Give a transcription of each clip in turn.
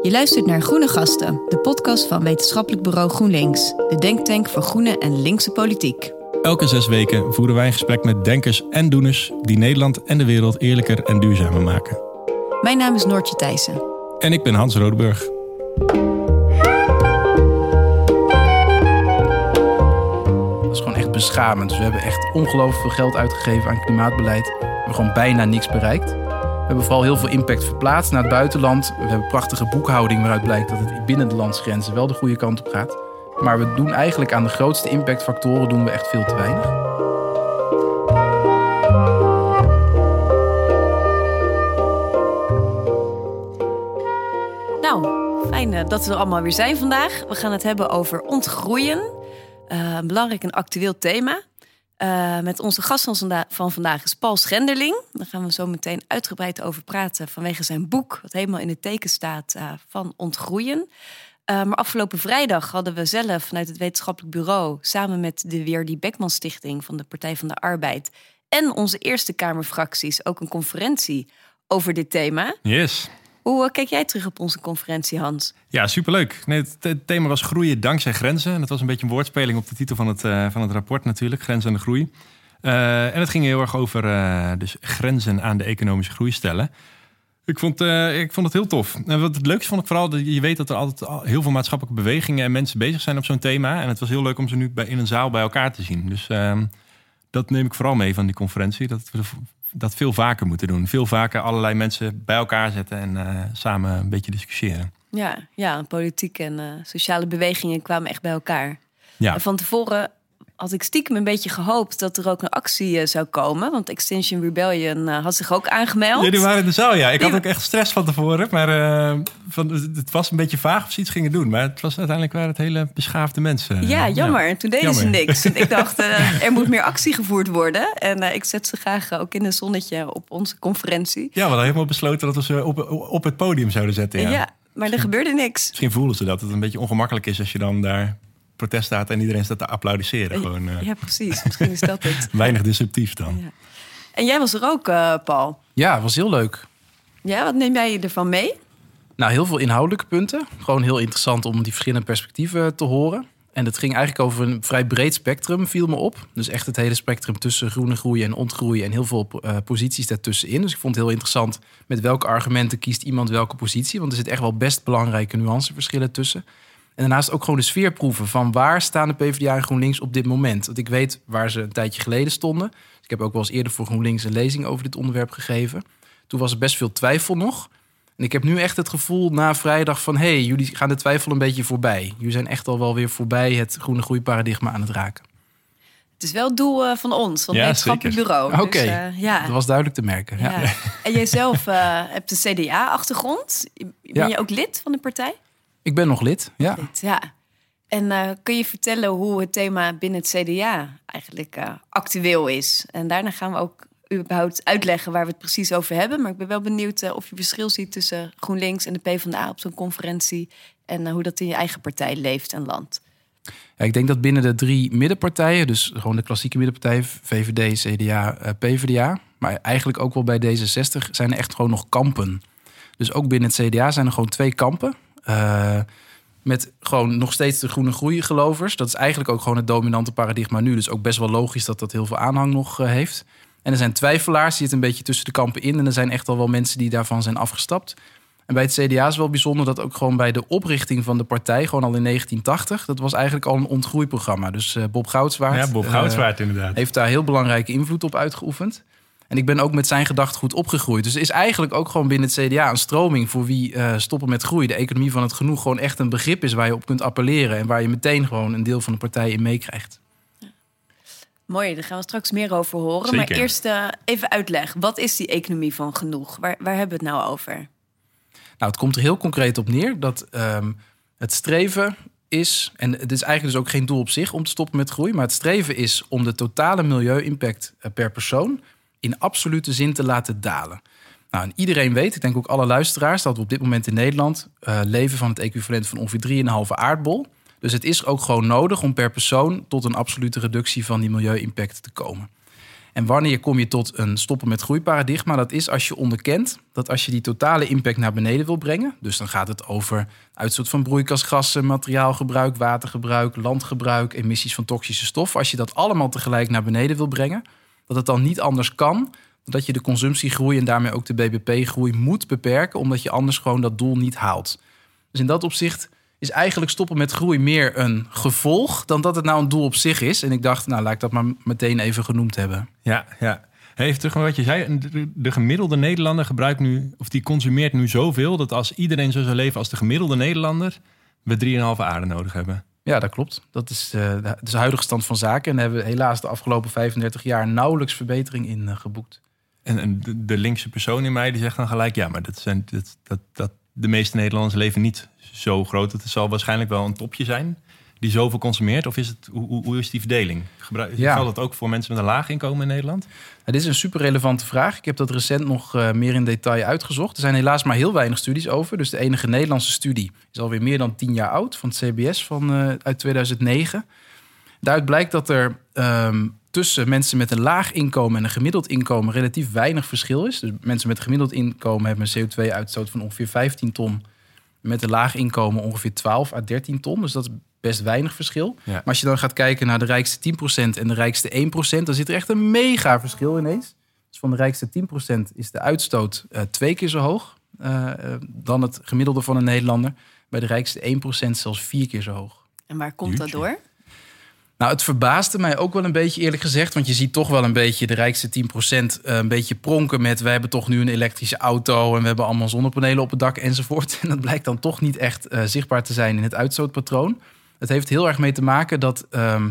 Je luistert naar Groene Gasten, de podcast van wetenschappelijk bureau GroenLinks. De denktank voor groene en linkse politiek. Elke 6 weken voeren wij een gesprek met denkers en doeners die Nederland en de wereld eerlijker en duurzamer maken. Mijn naam is Noortje Thijssen. En ik ben Hans Rodeburg. Dat is gewoon echt beschamend. Dus we hebben echt ongelooflijk veel geld uitgegeven aan klimaatbeleid. We hebben gewoon bijna niks bereikt. We hebben vooral heel veel impact verplaatst naar het buitenland. We hebben prachtige boekhouding waaruit blijkt dat het binnen de landsgrenzen wel de goede kant op gaat. Maar we doen eigenlijk aan de grootste impactfactoren doen we echt veel te weinig. Nou, fijn dat we er allemaal weer zijn vandaag. We gaan het hebben over ontgroeien. Een belangrijk en actueel thema. Met onze gast van vandaag is Paul Schenderling. Daar gaan we zo meteen uitgebreid over praten vanwege zijn boek, wat helemaal in het teken staat van ontgroeien. Maar afgelopen vrijdag hadden we zelf vanuit het wetenschappelijk bureau samen met de Weerdy Beckman Stichting van de Partij van de Arbeid en onze Eerste Kamerfracties ook een conferentie over dit thema. Yes. Hoe kijk jij terug op onze conferentie, Hans? Ja, superleuk. Nee, het thema was groeien dankzij grenzen. En dat was een beetje een woordspeling op de titel van het rapport natuurlijk. Grenzen aan de groei. En het ging heel erg over dus grenzen aan de economische groei stellen. Ik vond het heel tof. En wat het leukste vond ik vooral, je weet dat er altijd heel veel maatschappelijke bewegingen en mensen bezig zijn op zo'n thema. En het was heel leuk om ze nu in een zaal bij elkaar te zien. Dus dat neem ik vooral mee van die conferentie. Dat we dat veel vaker moeten doen. Veel vaker allerlei mensen bij elkaar zetten en samen een beetje discussiëren. Ja, politiek en sociale bewegingen kwamen echt bij elkaar. Ja. En van tevoren had ik stiekem een beetje gehoopt dat er ook een actie zou komen. Want Extinction Rebellion had zich ook aangemeld. Ja, die waren in de zaal, ja. Ik had ook echt stress van tevoren. Maar het was een beetje vaag of ze iets gingen doen. Maar uiteindelijk waren het hele beschaafde mensen. Ja, jammer. Ja. Toen deden ze niks. En ik dacht, er moet meer actie gevoerd worden. En ik zet ze graag ook in een zonnetje op onze conferentie. Ja, we hadden helemaal besloten dat we ze op het podium zouden zetten. Ja, maar er gebeurde niks. Misschien voelden ze dat het een beetje ongemakkelijk is als je dan daar protest staat en iedereen staat te applaudisseren. Gewoon, ja, precies. Misschien is dat het. Weinig disruptief dan. Ja. En jij was er ook, Paul. Ja, het was heel leuk. Ja, wat neem jij ervan mee? Nou, heel veel inhoudelijke punten. Gewoon heel interessant om die verschillende perspectieven te horen. En het ging eigenlijk over een vrij breed spectrum, viel me op. Dus echt het hele spectrum tussen groene groei en ontgroei en heel veel posities daartussenin. Dus ik vond het heel interessant met welke argumenten kiest iemand welke positie. Want er zit echt wel best belangrijke nuanceverschillen tussen. En daarnaast ook gewoon de sfeerproeven van waar staan de PvdA en GroenLinks op dit moment. Want ik weet waar ze een tijdje geleden stonden. Dus ik heb ook wel eens eerder voor GroenLinks een lezing over dit onderwerp gegeven. Toen was er best veel twijfel nog. En ik heb nu echt het gevoel na vrijdag van hey, jullie gaan de twijfel een beetje voorbij. Jullie zijn echt al wel weer voorbij het groene groeiparadigma aan het raken. Het is wel het doel van ons, van het wetenschappelijk bureau. Oké, ja. Dat was duidelijk te merken. Ja. En jijzelf hebt een CDA-achtergrond. Ben je ook lid van de partij? Ik ben nog lid, ja. En kun je vertellen hoe het thema binnen het CDA eigenlijk actueel is? En daarna gaan we ook überhaupt uitleggen waar we het precies over hebben. Maar ik ben wel benieuwd of je verschil ziet tussen GroenLinks en de PvdA op zo'n conferentie. En hoe dat in je eigen partij leeft en landt. Ja, ik denk dat binnen de 3 middenpartijen, dus gewoon de klassieke middenpartijen, VVD, CDA, PvdA, maar eigenlijk ook wel bij D66, zijn er echt gewoon nog kampen. Dus ook binnen het CDA zijn er gewoon 2 kampen. Met gewoon nog steeds de groene groeigelovers. Dat is eigenlijk ook gewoon het dominante paradigma nu. Dus ook best wel logisch dat dat heel veel aanhang nog heeft. En er zijn twijfelaars, die zitten een beetje tussen de kampen in. En er zijn echt al wel mensen die daarvan zijn afgestapt. En bij het CDA is wel bijzonder dat ook gewoon bij de oprichting van de partij, gewoon al in 1980, dat was eigenlijk al een ontgroeiprogramma. Dus Bob Goudswaard. Ja, Bob Goudswaard inderdaad. Heeft daar heel belangrijke invloed op uitgeoefend. En ik ben ook met zijn gedachtegoed opgegroeid. Dus er is eigenlijk ook gewoon binnen het CDA een stroming voor wie stoppen met groei, de economie van het genoeg, gewoon echt een begrip is waar je op kunt appelleren en waar je meteen gewoon een deel van de partij in meekrijgt. Ja. Mooi, daar gaan we straks meer over horen. Zeker. Maar eerst even uitleg. Wat is die economie van genoeg? Waar hebben we het nou over? Nou, het komt er heel concreet op neer dat het streven is, en het is eigenlijk dus ook geen doel op zich om te stoppen met groei, maar het streven is om de totale milieu-impact per persoon in absolute zin te laten dalen. Nou, en iedereen weet, ik denk ook alle luisteraars, dat we op dit moment in Nederland leven van het equivalent van ongeveer 3,5 aardbol. Dus het is ook gewoon nodig om per persoon tot een absolute reductie van die milieu-impact te komen. En wanneer kom je tot een stoppen met groeiparadigma? Dat is als je onderkent dat als je die totale impact naar beneden wil brengen... dus dan gaat het over uitstoot van broeikasgassen, materiaalgebruik, watergebruik, landgebruik, emissies van toxische stoffen. Als je dat allemaal tegelijk naar beneden wil brengen, dat het dan niet anders kan dan dat je de consumptiegroei en daarmee ook de BBP-groei moet beperken, omdat je anders gewoon dat doel niet haalt. Dus in dat opzicht is eigenlijk stoppen met groei meer een gevolg dan dat het nou een doel op zich is. En ik dacht, nou, laat ik dat maar meteen even genoemd hebben. Ja. Even terug naar wat je zei. De gemiddelde Nederlander gebruikt nu, of die consumeert nu zoveel, dat als iedereen zo zou leven als de gemiddelde Nederlander, we 3,5 aarde nodig hebben. Ja, dat klopt. Dat is de huidige stand van zaken. En daar hebben we helaas de afgelopen 35 jaar nauwelijks verbetering in geboekt. En de linkse persoon in mij die zegt dan gelijk, ja, maar de meeste Nederlanders leven niet zo groot. Het zal waarschijnlijk wel een topje zijn die zoveel consumeert. Of is het, hoe is die verdeling? Geldt het ook voor mensen met een laag inkomen in Nederland? Dit is een super relevante vraag. Ik heb dat recent nog meer in detail uitgezocht. Er zijn helaas maar heel weinig studies over. Dus de enige Nederlandse studie is alweer meer dan 10 jaar oud. Van het CBS uit 2009. Daaruit blijkt dat er tussen mensen met een laag inkomen en een gemiddeld inkomen relatief weinig verschil is. Dus mensen met een gemiddeld inkomen hebben een CO2-uitstoot van ongeveer 15 ton. Met een laag inkomen ongeveer 12 à 13 ton. Dus dat is best weinig verschil. Ja. Maar als je dan gaat kijken naar de rijkste 10% en de rijkste 1%... dan zit er echt een mega verschil ineens. Dus van de rijkste 10% is de uitstoot 2 keer zo hoog dan het gemiddelde van een Nederlander. Bij de rijkste 1% zelfs 4 keer zo hoog. En waar komt dat door? Nou, het verbaasde mij ook wel een beetje, eerlijk gezegd. Want je ziet toch wel een beetje de rijkste 10% een beetje pronken met... we hebben toch nu een elektrische auto en we hebben allemaal zonnepanelen op het dak enzovoort. En dat blijkt dan toch niet echt zichtbaar te zijn in het uitstootpatroon. Het heeft heel erg mee te maken dat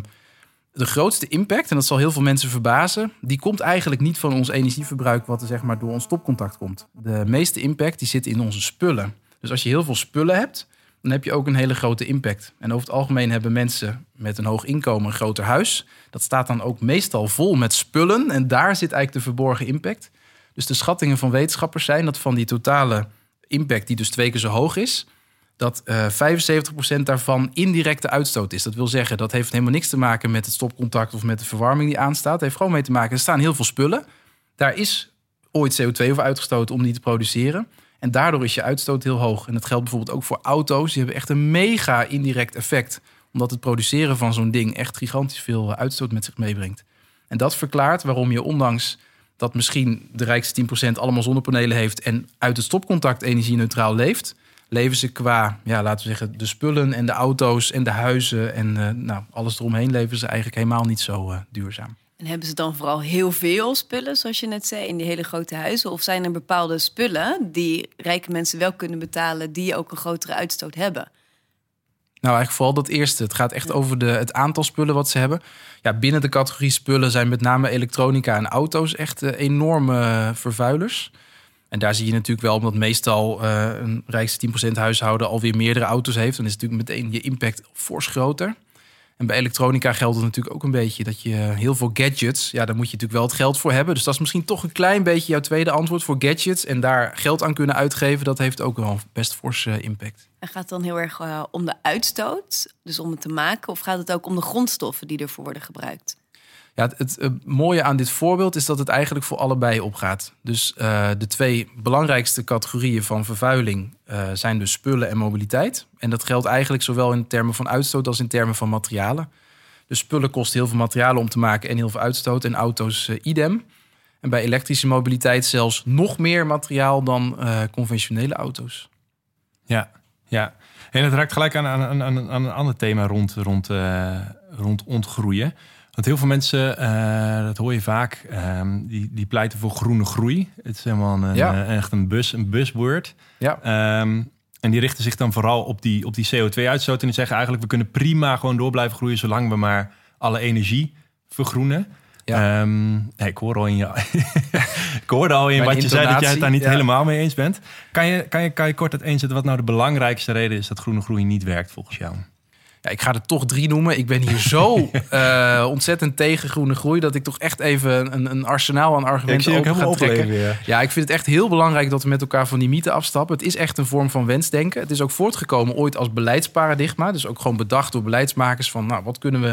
de grootste impact... en dat zal heel veel mensen verbazen... die komt eigenlijk niet van ons energieverbruik... wat er zeg maar door ons stopcontact komt. De meeste impact die zit in onze spullen. Dus als je heel veel spullen hebt... dan heb je ook een hele grote impact. En over het algemeen hebben mensen met een hoog inkomen een groter huis. Dat staat dan ook meestal vol met spullen. En daar zit eigenlijk de verborgen impact. Dus de schattingen van wetenschappers zijn dat van die totale impact... die dus 2 keer zo hoog is... dat 75% daarvan indirecte uitstoot is. Dat wil zeggen, dat heeft helemaal niks te maken met het stopcontact... of met de verwarming die aanstaat. Het heeft gewoon mee te maken, er staan heel veel spullen. Daar is ooit CO2 over uitgestoten om die te produceren... En daardoor is je uitstoot heel hoog. En dat geldt bijvoorbeeld ook voor auto's. Die hebben echt een mega indirect effect. Omdat het produceren van zo'n ding echt gigantisch veel uitstoot met zich meebrengt. En dat verklaart waarom je ondanks dat misschien de rijkste 10% allemaal zonnepanelen heeft... en uit het stopcontact energie-neutraal leeft... leven ze qua, laten we zeggen, de spullen en de auto's en de huizen... en alles eromheen leven ze eigenlijk helemaal niet zo duurzaam. En hebben ze dan vooral heel veel spullen, zoals je net zei, in die hele grote huizen? Of zijn er bepaalde spullen die rijke mensen wel kunnen betalen... die ook een grotere uitstoot hebben? Nou, eigenlijk vooral dat eerste. Het gaat echt over het aantal spullen wat ze hebben. Ja, binnen de categorie spullen zijn met name elektronica en auto's... echt enorme vervuilers. En daar zie je natuurlijk wel, omdat meestal een rijkste 10% huishouden... alweer meerdere auto's heeft. Dan is natuurlijk meteen je impact fors groter. En bij elektronica geldt het natuurlijk ook een beetje... dat je heel veel gadgets, daar moet je natuurlijk wel het geld voor hebben. Dus dat is misschien toch een klein beetje jouw tweede antwoord voor gadgets. En daar geld aan kunnen uitgeven, dat heeft ook wel best forse impact. En gaat het dan heel erg om de uitstoot, dus om het te maken... of gaat het ook om de grondstoffen die ervoor worden gebruikt? Ja, het mooie aan dit voorbeeld is dat het eigenlijk voor allebei opgaat. Dus de 2 belangrijkste categorieën van vervuiling zijn dus spullen en mobiliteit. En dat geldt eigenlijk zowel in termen van uitstoot als in termen van materialen. Dus spullen kosten heel veel materialen om te maken en heel veel uitstoot. En auto's idem. En bij elektrische mobiliteit zelfs nog meer materiaal dan conventionele auto's. Ja. En het raakt gelijk aan een ander thema rond ontgroeien. Want heel veel mensen, dat hoor je vaak, die pleiten voor groene groei. Het is helemaal echt een buzzword. Ja. En die richten zich dan vooral op die CO2-uitstoot. En die zeggen eigenlijk, we kunnen prima gewoon door blijven groeien... zolang we maar alle energie vergroenen. Ja. Ik hoorde al in wat je zei dat jij het daar niet helemaal mee eens bent. Kan je kort uiteenzetten wat nou de belangrijkste reden is... dat groene groei niet werkt volgens jou? Ja, ik ga er toch 3 noemen. Ik ben hier zo ontzettend tegen groene groei... dat ik toch echt even een arsenaal aan argumenten open ga trekken. Ja, ik vind het echt heel belangrijk dat we met elkaar van die mythe afstappen. Het is echt een vorm van wensdenken. Het is ook voortgekomen ooit als beleidsparadigma. Dus ook gewoon bedacht door beleidsmakers van... wat kunnen we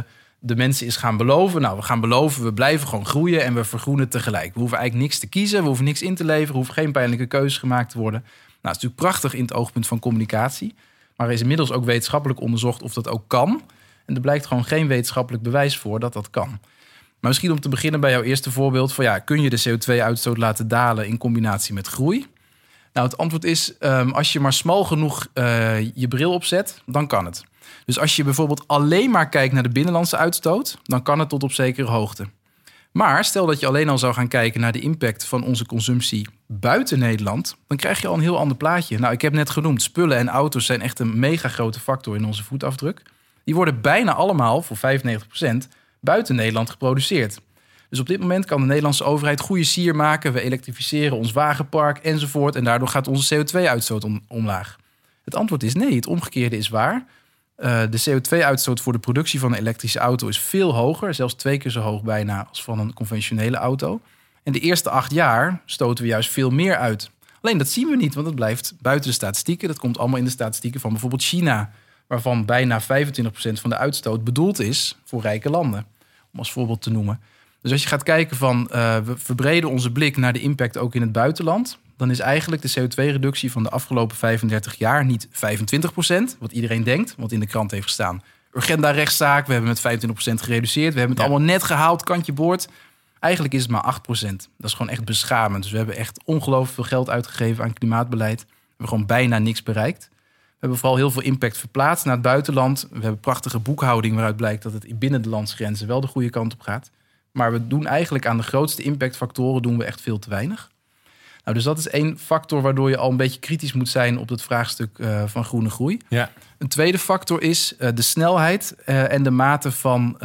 de mensen is gaan beloven. Nou, we gaan beloven, we blijven gewoon groeien en we vergroenen tegelijk. We hoeven eigenlijk niks te kiezen, we hoeven niks in te leveren, er hoeven geen pijnlijke keuzes gemaakt te worden. Nou, het is natuurlijk prachtig in het oogpunt van communicatie. Maar er is inmiddels ook wetenschappelijk onderzocht of dat ook kan. En er blijkt gewoon geen wetenschappelijk bewijs voor dat dat kan. Maar misschien om te beginnen bij jouw eerste voorbeeld van kun je de CO2-uitstoot laten dalen in combinatie met groei? Nou, het antwoord is, als je maar smal genoeg je bril opzet, dan kan het. Dus als je bijvoorbeeld alleen maar kijkt naar de binnenlandse uitstoot, dan kan het tot op zekere hoogte. Maar stel dat je alleen al zou gaan kijken naar de impact van onze consumptie buiten Nederland, dan krijg je al een heel ander plaatje. Nou, ik heb net genoemd, spullen en auto's zijn echt een mega grote factor in onze voetafdruk. Die worden bijna allemaal, voor 95%, buiten Nederland geproduceerd. Dus op dit moment kan de Nederlandse overheid goede sier maken. We elektrificeren ons wagenpark enzovoort. En daardoor gaat onze CO2-uitstoot omlaag. Het antwoord is nee, het omgekeerde is waar. De CO2-uitstoot voor de productie van een elektrische auto is veel hoger. Zelfs 2 keer zo hoog bijna als van een conventionele auto. En de eerste 8 jaar stoten we juist veel meer uit. Alleen dat zien we niet, want het blijft buiten de statistieken. Dat komt allemaal in de statistieken van bijvoorbeeld China, waarvan bijna 25% van de uitstoot bedoeld is voor rijke landen. Om als voorbeeld te noemen. Dus als je gaat kijken van we verbreden onze blik naar de impact ook in het buitenland, dan is eigenlijk de CO2-reductie van de afgelopen 35 jaar niet 25%, wat iedereen denkt, want in de krant heeft gestaan. Urgenda-rechtszaak, we hebben met 25% gereduceerd, we hebben het allemaal net gehaald, kantje boord. Eigenlijk is het maar 8%. Dat is gewoon echt beschamend. Dus we hebben echt ongelooflijk veel geld uitgegeven aan klimaatbeleid. We hebben gewoon bijna niks bereikt. We hebben vooral heel veel impact verplaatst naar het buitenland. We hebben prachtige boekhouding waaruit blijkt dat het binnen de landsgrenzen wel de goede kant op gaat. Maar we doen eigenlijk aan de grootste impactfactoren doen we echt veel te weinig. Nou, dus dat is 1 factor waardoor je al een beetje kritisch moet zijn op het vraagstuk van groene groei. Ja. Een tweede factor is de snelheid en de mate van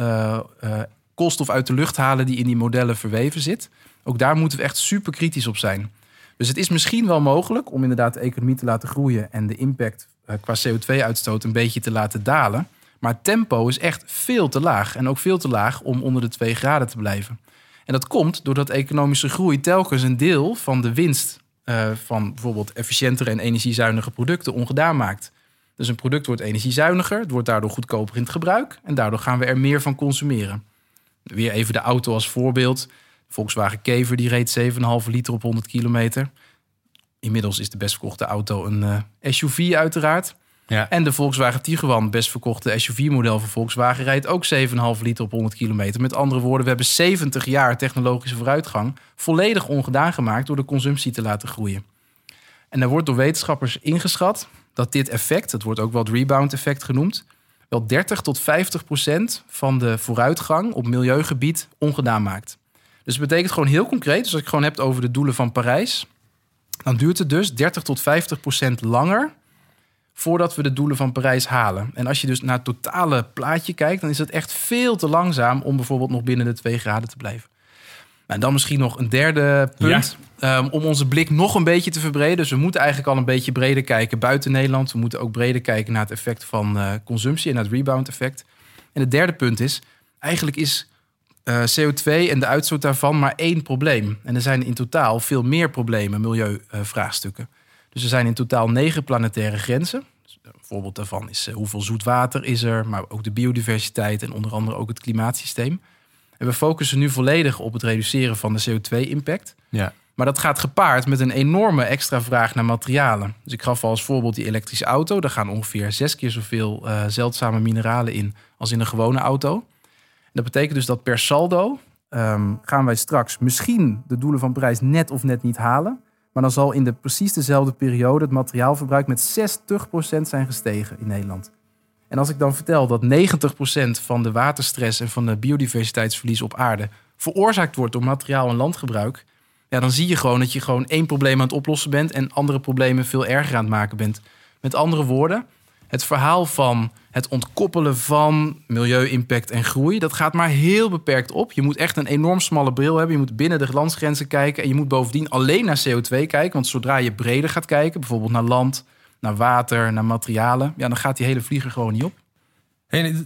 koolstof uit de lucht halen die in die modellen verweven zit. Ook daar moeten we echt super kritisch op zijn. Dus het is misschien wel mogelijk om inderdaad de economie te laten groeien en de impact qua CO2-uitstoot een beetje te laten dalen. Maar het tempo is echt veel te laag. En ook veel te laag om onder de 2 graden te blijven. En dat komt doordat economische groei telkens een deel van de winst van bijvoorbeeld efficiëntere en energiezuinige producten ongedaan maakt. Dus een product wordt energiezuiniger, het wordt daardoor goedkoper in het gebruik en daardoor gaan we er meer van consumeren. Weer even de auto als voorbeeld. Volkswagen Kever die reed 7,5 liter op 100 kilometer. Inmiddels is de best verkochte auto een SUV uiteraard. Ja. En de Volkswagen Tiguan, best verkochte SUV-model van Volkswagen, rijdt ook 7,5 liter op 100 kilometer. Met andere woorden, we hebben 70 jaar technologische vooruitgang volledig ongedaan gemaakt door de consumptie te laten groeien. En er wordt door wetenschappers ingeschat dat dit effect, het wordt ook wel het rebound-effect genoemd, wel 30-50% van de vooruitgang op milieugebied ongedaan maakt. Dus het betekent gewoon heel concreet, dus als je het gewoon hebt over de doelen van Parijs, dan duurt het dus 30-50% langer voordat we de doelen van Parijs halen. En als je dus naar het totale plaatje kijkt, dan is het echt veel te langzaam om bijvoorbeeld nog binnen de 2 graden te blijven. En dan misschien nog een derde punt, om onze blik nog een beetje te verbreden. Dus we moeten eigenlijk al een beetje breder kijken buiten Nederland. We moeten ook breder kijken naar het effect van consumptie en naar het rebound-effect. En het derde punt is, eigenlijk is CO2 en de uitstoot daarvan maar 1 probleem. En er zijn in totaal veel meer problemen, milieuvraagstukken. Dus er zijn in totaal 9 planetaire grenzen. Een voorbeeld daarvan is hoeveel zoet water is er, maar ook de biodiversiteit en onder andere ook het klimaatsysteem. En we focussen nu volledig op het reduceren van de CO2-impact. Ja. Maar dat gaat gepaard met een enorme extra vraag naar materialen. Dus ik gaf al als voorbeeld die elektrische auto. Daar gaan ongeveer 6 keer zoveel zeldzame mineralen in als in een gewone auto. En dat betekent dus dat per saldo gaan wij straks misschien de doelen van Parijs net of net niet halen. Maar dan zal in de precies dezelfde periode het materiaalverbruik met 60% zijn gestegen in Nederland. En als ik dan vertel dat 90% van de waterstress en van de biodiversiteitsverlies op aarde veroorzaakt wordt door materiaal- en landgebruik, ja, dan zie je gewoon dat je gewoon 1 probleem aan het oplossen bent en andere problemen veel erger aan het maken bent. Met andere woorden, het verhaal van het ontkoppelen van milieu-impact en groei, dat gaat maar heel beperkt op. Je moet echt een enorm smalle bril hebben. Je moet binnen de landsgrenzen kijken en je moet bovendien alleen naar CO2 kijken. Want zodra je breder gaat kijken, bijvoorbeeld naar land, naar water, naar materialen, ja, dan gaat die hele vlieger gewoon niet op. Hey,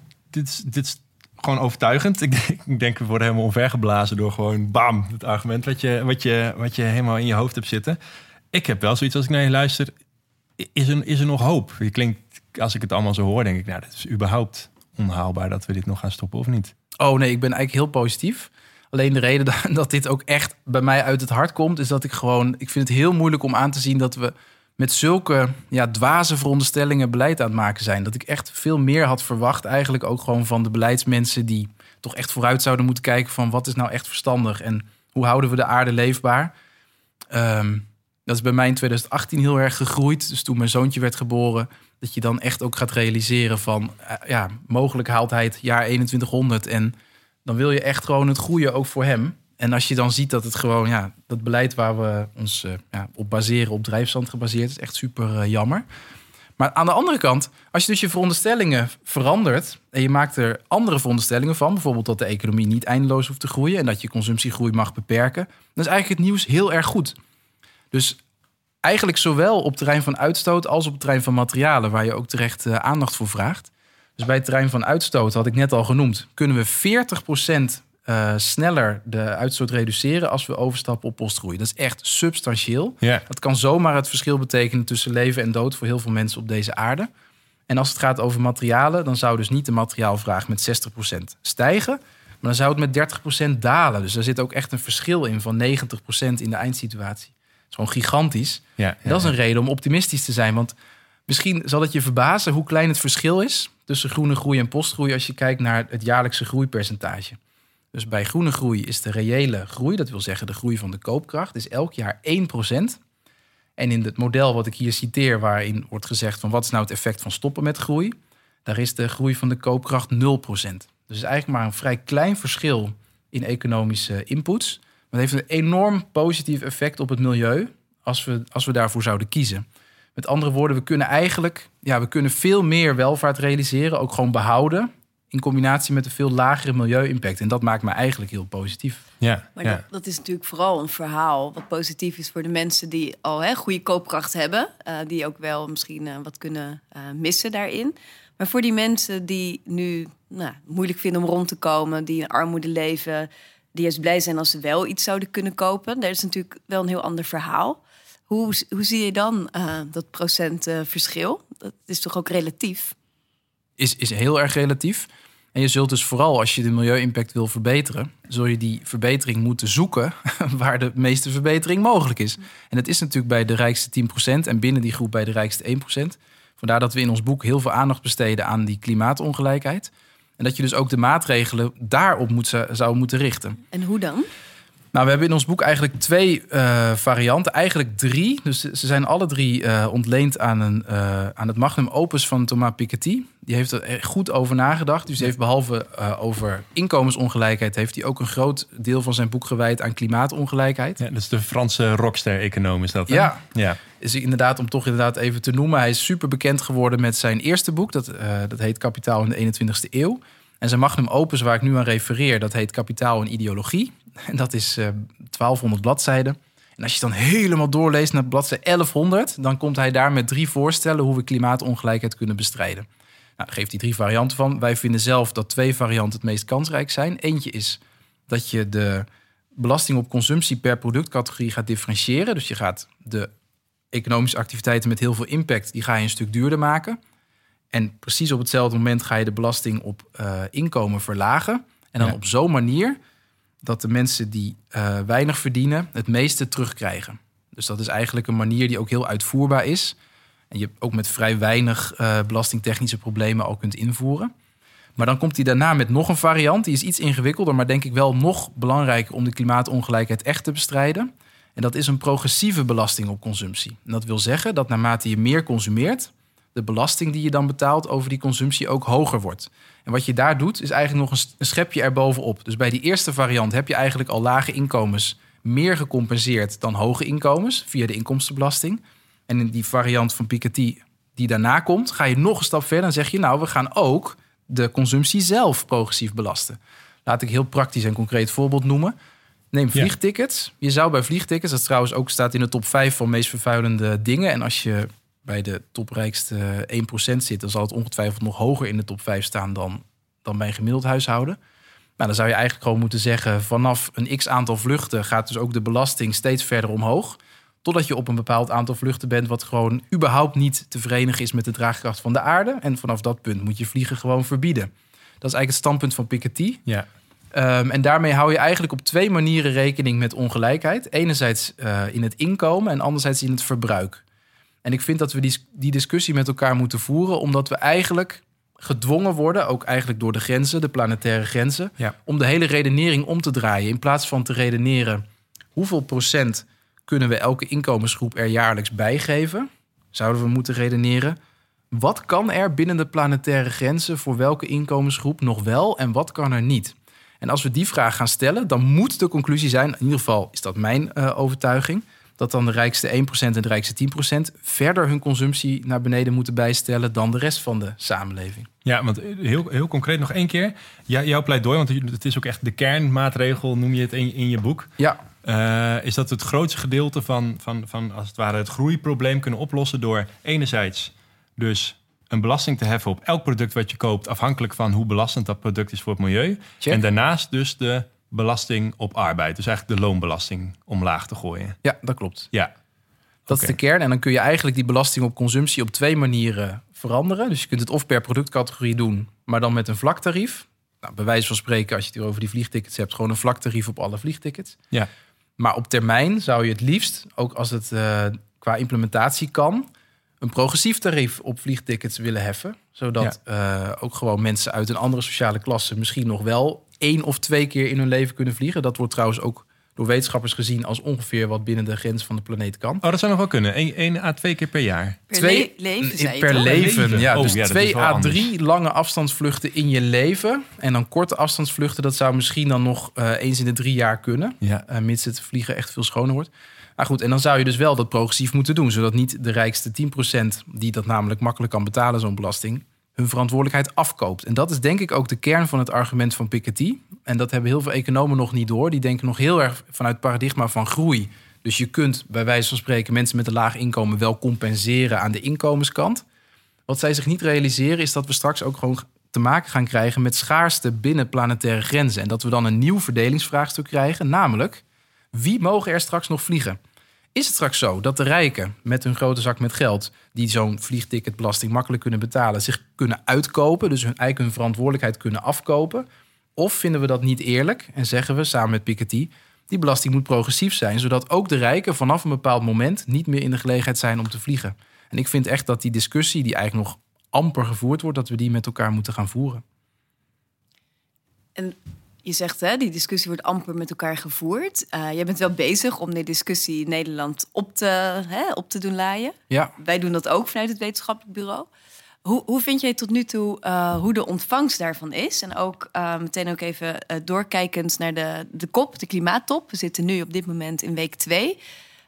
dit is gewoon overtuigend. Ik denk, we worden helemaal omvergeblazen door gewoon bam, het argument wat je helemaal in je hoofd hebt zitten. Ik heb wel zoiets als ik naar je luister. Is er nog hoop? Je klinkt, als ik het allemaal zo hoor, denk ik, nou, dat is überhaupt onhaalbaar dat we dit nog gaan stoppen of niet? Oh nee, ik ben eigenlijk heel positief. Alleen de reden dat dit ook echt bij mij uit het hart komt, is dat ik vind het heel moeilijk om aan te zien dat we met zulke dwaze veronderstellingen beleid aan het maken zijn. Dat ik echt veel meer had verwacht, eigenlijk ook gewoon van de beleidsmensen die toch echt vooruit zouden moeten kijken van wat is nou echt verstandig en hoe houden we de aarde leefbaar. Dat is bij mij in 2018 heel erg gegroeid. Dus toen mijn zoontje werd geboren, dat je dan echt ook gaat realiseren van mogelijk haalt hij het jaar 2100 en dan wil je echt gewoon het goede ook voor hem. En als je dan ziet dat het gewoon, dat beleid waar we ons op baseren, op drijfzand gebaseerd, is echt super jammer. Maar aan de andere kant, als je dus je veronderstellingen verandert en je maakt er andere veronderstellingen van, bijvoorbeeld dat de economie niet eindeloos hoeft te groeien en dat je consumptiegroei mag beperken, dan is eigenlijk het nieuws heel erg goed. Dus eigenlijk zowel op het terrein van uitstoot als op het terrein van materialen, waar je ook terecht aandacht voor vraagt. Dus bij het terrein van uitstoot, had ik net al genoemd, kunnen we 40% sneller de uitstoot reduceren als we overstappen op postgroei. Dat is echt substantieel. Ja. Dat kan zomaar het verschil betekenen tussen leven en dood voor heel veel mensen op deze aarde. En als het gaat over materialen, dan zou dus niet de materiaalvraag met 60% stijgen, maar dan zou het met 30% dalen. Dus daar zit ook echt een verschil in van 90% in de eindsituatie. Dat is gewoon gigantisch. Ja. En dat is een reden om optimistisch te zijn, want misschien zal het je verbazen hoe klein het verschil is tussen groene groei en postgroei als je kijkt naar het jaarlijkse groeipercentage. Dus bij groene groei is de reële groei, dat wil zeggen de groei van de koopkracht, is elk jaar 1%. En in het model wat ik hier citeer, waarin wordt gezegd van wat is nou het effect van stoppen met groei, daar is de groei van de koopkracht 0%. Dus het is eigenlijk maar een vrij klein verschil in economische inputs. Maar het heeft een enorm positief effect op het milieu als we daarvoor zouden kiezen. Met andere woorden, we kunnen veel meer welvaart realiseren, ook gewoon behouden, in combinatie met een veel lagere milieu-impact. En dat maakt me eigenlijk heel positief. Ja, Maar dat is natuurlijk vooral een verhaal wat positief is voor de mensen die al goede koopkracht hebben. Die ook wel misschien wat kunnen missen daarin. Maar voor die mensen die nu moeilijk vinden om rond te komen, die in armoede leven, die juist blij zijn als ze wel iets zouden kunnen kopen. Daar is natuurlijk wel een heel ander verhaal. Hoe zie je dan dat procentverschil? Dat is toch ook relatief? Is heel erg relatief. En je zult dus vooral als je de milieu-impact wil verbeteren, zul je die verbetering moeten zoeken waar de meeste verbetering mogelijk is. En dat is natuurlijk bij de rijkste 10% en binnen die groep bij de rijkste 1%. Vandaar dat we in ons boek heel veel aandacht besteden aan die klimaatongelijkheid. En dat je dus ook de maatregelen daarop zou moeten richten. En hoe dan? Nou, we hebben in ons boek eigenlijk 2 varianten. Eigenlijk 3. Dus ze zijn alle 3 ontleend aan het magnum opus van Thomas Piketty. Die heeft er goed over nagedacht. Dus die heeft behalve over inkomensongelijkheid, heeft hij ook een groot deel van zijn boek gewijd aan klimaatongelijkheid. Ja, dat is de Franse rockster-econoom is dat, hè? Ja. Dus inderdaad, om toch inderdaad even te noemen, hij is super bekend geworden met zijn eerste boek. Dat heet Kapitaal in de 21ste eeuw. En zijn magnum opus waar ik nu aan refereer, dat heet Kapitaal en Ideologie. En dat is 1200 bladzijden. En als je dan helemaal doorleest naar bladzijde 1100, dan komt hij daar met 3 voorstellen hoe we klimaatongelijkheid kunnen bestrijden. Nou, daar geeft hij 3 varianten van. Wij vinden zelf dat 2 varianten het meest kansrijk zijn. Eentje is dat je de belasting op consumptie per productcategorie gaat differentiëren. Dus je gaat de economische activiteiten met heel veel impact, die ga je een stuk duurder maken. En precies op hetzelfde moment ga je de belasting op inkomen verlagen. En dan op zo'n manier dat de mensen die weinig verdienen het meeste terugkrijgen. Dus dat is eigenlijk een manier die ook heel uitvoerbaar is. En je ook met vrij weinig belastingtechnische problemen al kunt invoeren. Maar dan komt hij daarna met nog een variant. Die is iets ingewikkelder, maar denk ik wel nog belangrijker om de klimaatongelijkheid echt te bestrijden. En dat is een progressieve belasting op consumptie. En dat wil zeggen dat naarmate je meer consumeert, de belasting die je dan betaalt over die consumptie ook hoger wordt. En wat je daar doet, is eigenlijk nog een schepje erbovenop. Dus bij die eerste variant heb je eigenlijk al lage inkomens meer gecompenseerd dan hoge inkomens via de inkomstenbelasting. En in die variant van Piketty die daarna komt, ga je nog een stap verder en zeg je, nou, we gaan ook de consumptie zelf progressief belasten. Laat ik een heel praktisch en concreet voorbeeld noemen. Neem vliegtickets. Je zou bij vliegtickets, dat trouwens ook staat in de top 5 van meest vervuilende dingen. En als je bij de toprijkste 1% zit, dan zal het ongetwijfeld nog hoger in de top 5 staan dan bij een gemiddeld huishouden. Nou, dan zou je eigenlijk gewoon moeten zeggen, vanaf een x-aantal vluchten gaat dus ook de belasting steeds verder omhoog. Totdat je op een bepaald aantal vluchten bent wat gewoon überhaupt niet te verenigen is met de draagkracht van de aarde. En vanaf dat punt moet je vliegen gewoon verbieden. Dat is eigenlijk het standpunt van Piketty. Ja. En daarmee hou je eigenlijk op 2 manieren rekening met ongelijkheid. Enerzijds in het inkomen en anderzijds in het verbruik. En ik vind dat we die discussie met elkaar moeten voeren, omdat we eigenlijk gedwongen worden, ook eigenlijk door de grenzen, de planetaire grenzen, om de hele redenering om te draaien. In plaats van te redeneren hoeveel procent kunnen we elke inkomensgroep er jaarlijks bijgeven, zouden we moeten redeneren, wat kan er binnen de planetaire grenzen voor welke inkomensgroep nog wel en wat kan er niet? En als we die vraag gaan stellen, dan moet de conclusie zijn, in ieder geval is dat mijn overtuiging, dat dan de rijkste 1% en de rijkste 10% verder hun consumptie naar beneden moeten bijstellen dan de rest van de samenleving. Ja, want heel concreet nog 1 keer. Jouw pleidooi, want het is ook echt de kernmaatregel, noem je het in je boek. Ja. Is dat het grootste gedeelte van als het ware het groeiprobleem kunnen oplossen door enerzijds dus een belasting te heffen op elk product wat je koopt, afhankelijk van hoe belastend dat product is voor het milieu. Check. En daarnaast dus de belasting op arbeid. Dus eigenlijk de loonbelasting omlaag te gooien. Ja, dat klopt. Ja. Dat is de kern. En dan kun je eigenlijk die belasting op consumptie op 2 manieren veranderen. Dus je kunt het of per productcategorie doen, maar dan met een vlak tarief. Nou, bij wijze van spreken, als je het hier over die vliegtickets hebt, gewoon een vlak tarief op alle vliegtickets. Ja. Maar op termijn zou je het liefst, ook als het qua implementatie kan, een progressief tarief op vliegtickets willen heffen. Zodat ook gewoon mensen uit een andere sociale klasse misschien nog wel 1 of 2 keer in hun leven kunnen vliegen. Dat wordt trouwens ook door wetenschappers gezien als ongeveer wat binnen de grens van de planeet kan. Oh, dat zou nog wel kunnen. 1 à 2 keer per jaar. Per leven, zei je per toch? leven, ja. Oh, Dus ja, dat 2 is wel à anders. 3 lange afstandsvluchten in je leven. En dan korte afstandsvluchten, dat zou misschien dan nog eens in de 3 jaar kunnen. Ja. Mits het vliegen echt veel schoner wordt. Maar goed, en dan zou je dus wel dat progressief moeten doen. Zodat niet de rijkste 10%, die dat namelijk makkelijk kan betalen, zo'n belasting, hun verantwoordelijkheid afkoopt. En dat is denk ik ook de kern van het argument van Piketty. En dat hebben heel veel economen nog niet door. Die denken nog heel erg vanuit het paradigma van groei. Dus je kunt bij wijze van spreken mensen met een laag inkomen wel compenseren aan de inkomenskant. Wat zij zich niet realiseren is dat we straks ook gewoon te maken gaan krijgen met schaarste binnen planetaire grenzen. En dat we dan een nieuw verdelingsvraagstuk krijgen, namelijk wie mogen er straks nog vliegen? Is het straks zo dat de rijken met hun grote zak met geld, die zo'n vliegticketbelasting makkelijk kunnen betalen, zich kunnen uitkopen, dus eigenlijk hun verantwoordelijkheid kunnen afkopen? Of vinden we dat niet eerlijk en zeggen we samen met Piketty, die belasting moet progressief zijn, zodat ook de rijken vanaf een bepaald moment niet meer in de gelegenheid zijn om te vliegen? En ik vind echt dat die discussie, die eigenlijk nog amper gevoerd wordt, dat we die met elkaar moeten gaan voeren. En je zegt, hè, die discussie wordt amper met elkaar gevoerd. Jij bent wel bezig om die discussie in Nederland op te doen laaien. Ja. Wij doen dat ook vanuit het wetenschappelijk bureau. Hoe vind jij tot nu toe hoe de ontvangst daarvan is? En ook meteen ook even doorkijkend naar de COP, de klimaattop. We zitten nu op dit moment in week 2.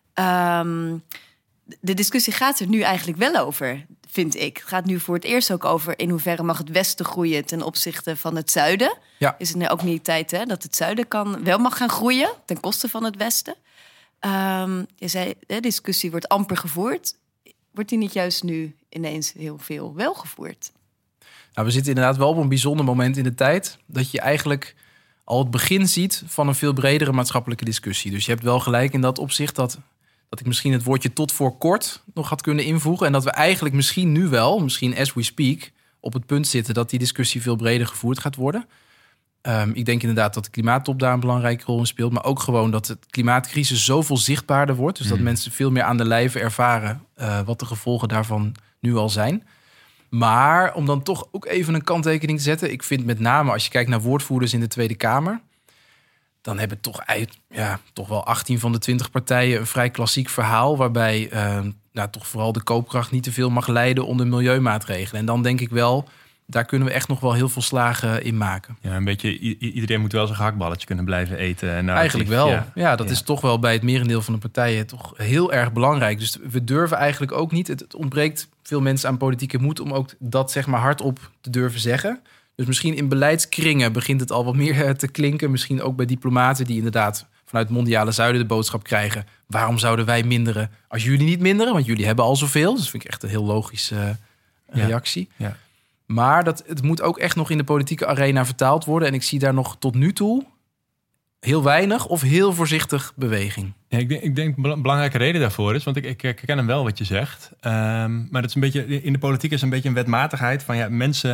De discussie gaat er nu eigenlijk wel over, vind ik. Het gaat nu voor het eerst ook over in hoeverre mag het Westen groeien ten opzichte van het Zuiden. Ja. Is het nu ook niet tijd dat het Zuiden wel mag gaan groeien ten koste van het Westen? Je zei, de discussie wordt amper gevoerd. Wordt die niet juist nu ineens heel veel wel gevoerd? Nou, we zitten inderdaad wel op een bijzonder moment in de tijd, dat je eigenlijk al het begin ziet van een veel bredere maatschappelijke discussie. Dus je hebt wel gelijk in dat opzicht dat ik misschien het woordje tot voor kort nog had kunnen invoegen. En dat we eigenlijk misschien nu wel, misschien as we speak, op het punt zitten dat die discussie veel breder gevoerd gaat worden. Ik denk inderdaad dat de klimaattop daar een belangrijke rol in speelt. Maar ook gewoon dat de klimaatcrisis zoveel zichtbaarder wordt. Dus dat mensen veel meer aan de lijve ervaren wat de gevolgen daarvan nu al zijn. Maar om dan toch ook even een kanttekening te zetten. Ik vind met name als je kijkt naar woordvoerders in de Tweede Kamer, dan hebben toch wel 18 van de 20 partijen een vrij klassiek verhaal, waarbij toch vooral de koopkracht niet te veel mag lijden onder milieumaatregelen. En dan denk ik wel, daar kunnen we echt nog wel heel veel slagen in maken. Ja, een beetje iedereen moet wel zijn gehaktballetje kunnen blijven eten. Eigenlijk wel. Ja, dat is toch wel bij het merendeel van de partijen toch heel erg belangrijk. Dus we durven eigenlijk ook niet. Het ontbreekt veel mensen aan politieke moed om ook dat zeg maar hardop te durven zeggen. Dus misschien in beleidskringen begint het al wat meer te klinken. Misschien ook bij diplomaten die inderdaad vanuit het mondiale zuiden de boodschap krijgen: waarom zouden wij minderen als jullie niet minderen? Want jullie hebben al zoveel. Dus dat vind ik echt een heel logische reactie. Ja. Maar het moet ook echt nog in de politieke arena vertaald worden. En ik zie daar nog tot nu toe heel weinig of heel voorzichtig beweging. Ja, ik denk een belangrijke reden daarvoor is, want ik herken hem wel wat je zegt. Maar dat is een beetje, in de politiek is een beetje een wetmatigheid van mensen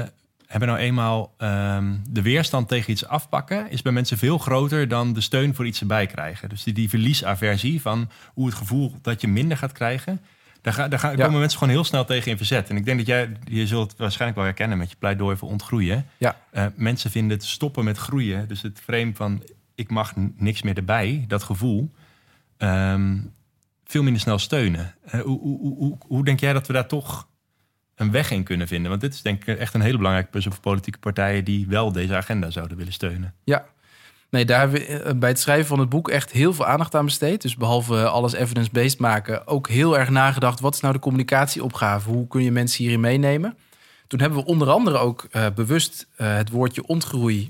hebben nou eenmaal de weerstand tegen iets afpakken is bij mensen veel groter dan de steun voor iets erbij krijgen. Dus die verliesaversie van hoe het gevoel dat je minder gaat krijgen, daar komen mensen gewoon heel snel tegen in verzet. En ik denk dat je zult het waarschijnlijk wel herkennen met je pleidooi voor ontgroeien. Ja. Mensen vinden het stoppen met groeien, dus het frame van ik mag niks meer erbij, dat gevoel, veel minder snel steunen. Hoe denk jij dat we daar toch een weg in kunnen vinden? Want dit is denk ik echt een hele belangrijke puzzel voor politieke partijen die wel deze agenda zouden willen steunen. Ja, nee, daar hebben we bij het schrijven van het boek echt heel veel aandacht aan besteed. Dus behalve alles evidence-based maken, ook heel erg nagedacht, wat is nou de communicatieopgave? Hoe kun je mensen hierin meenemen? Toen hebben we onder andere ook bewust het woordje ontgroei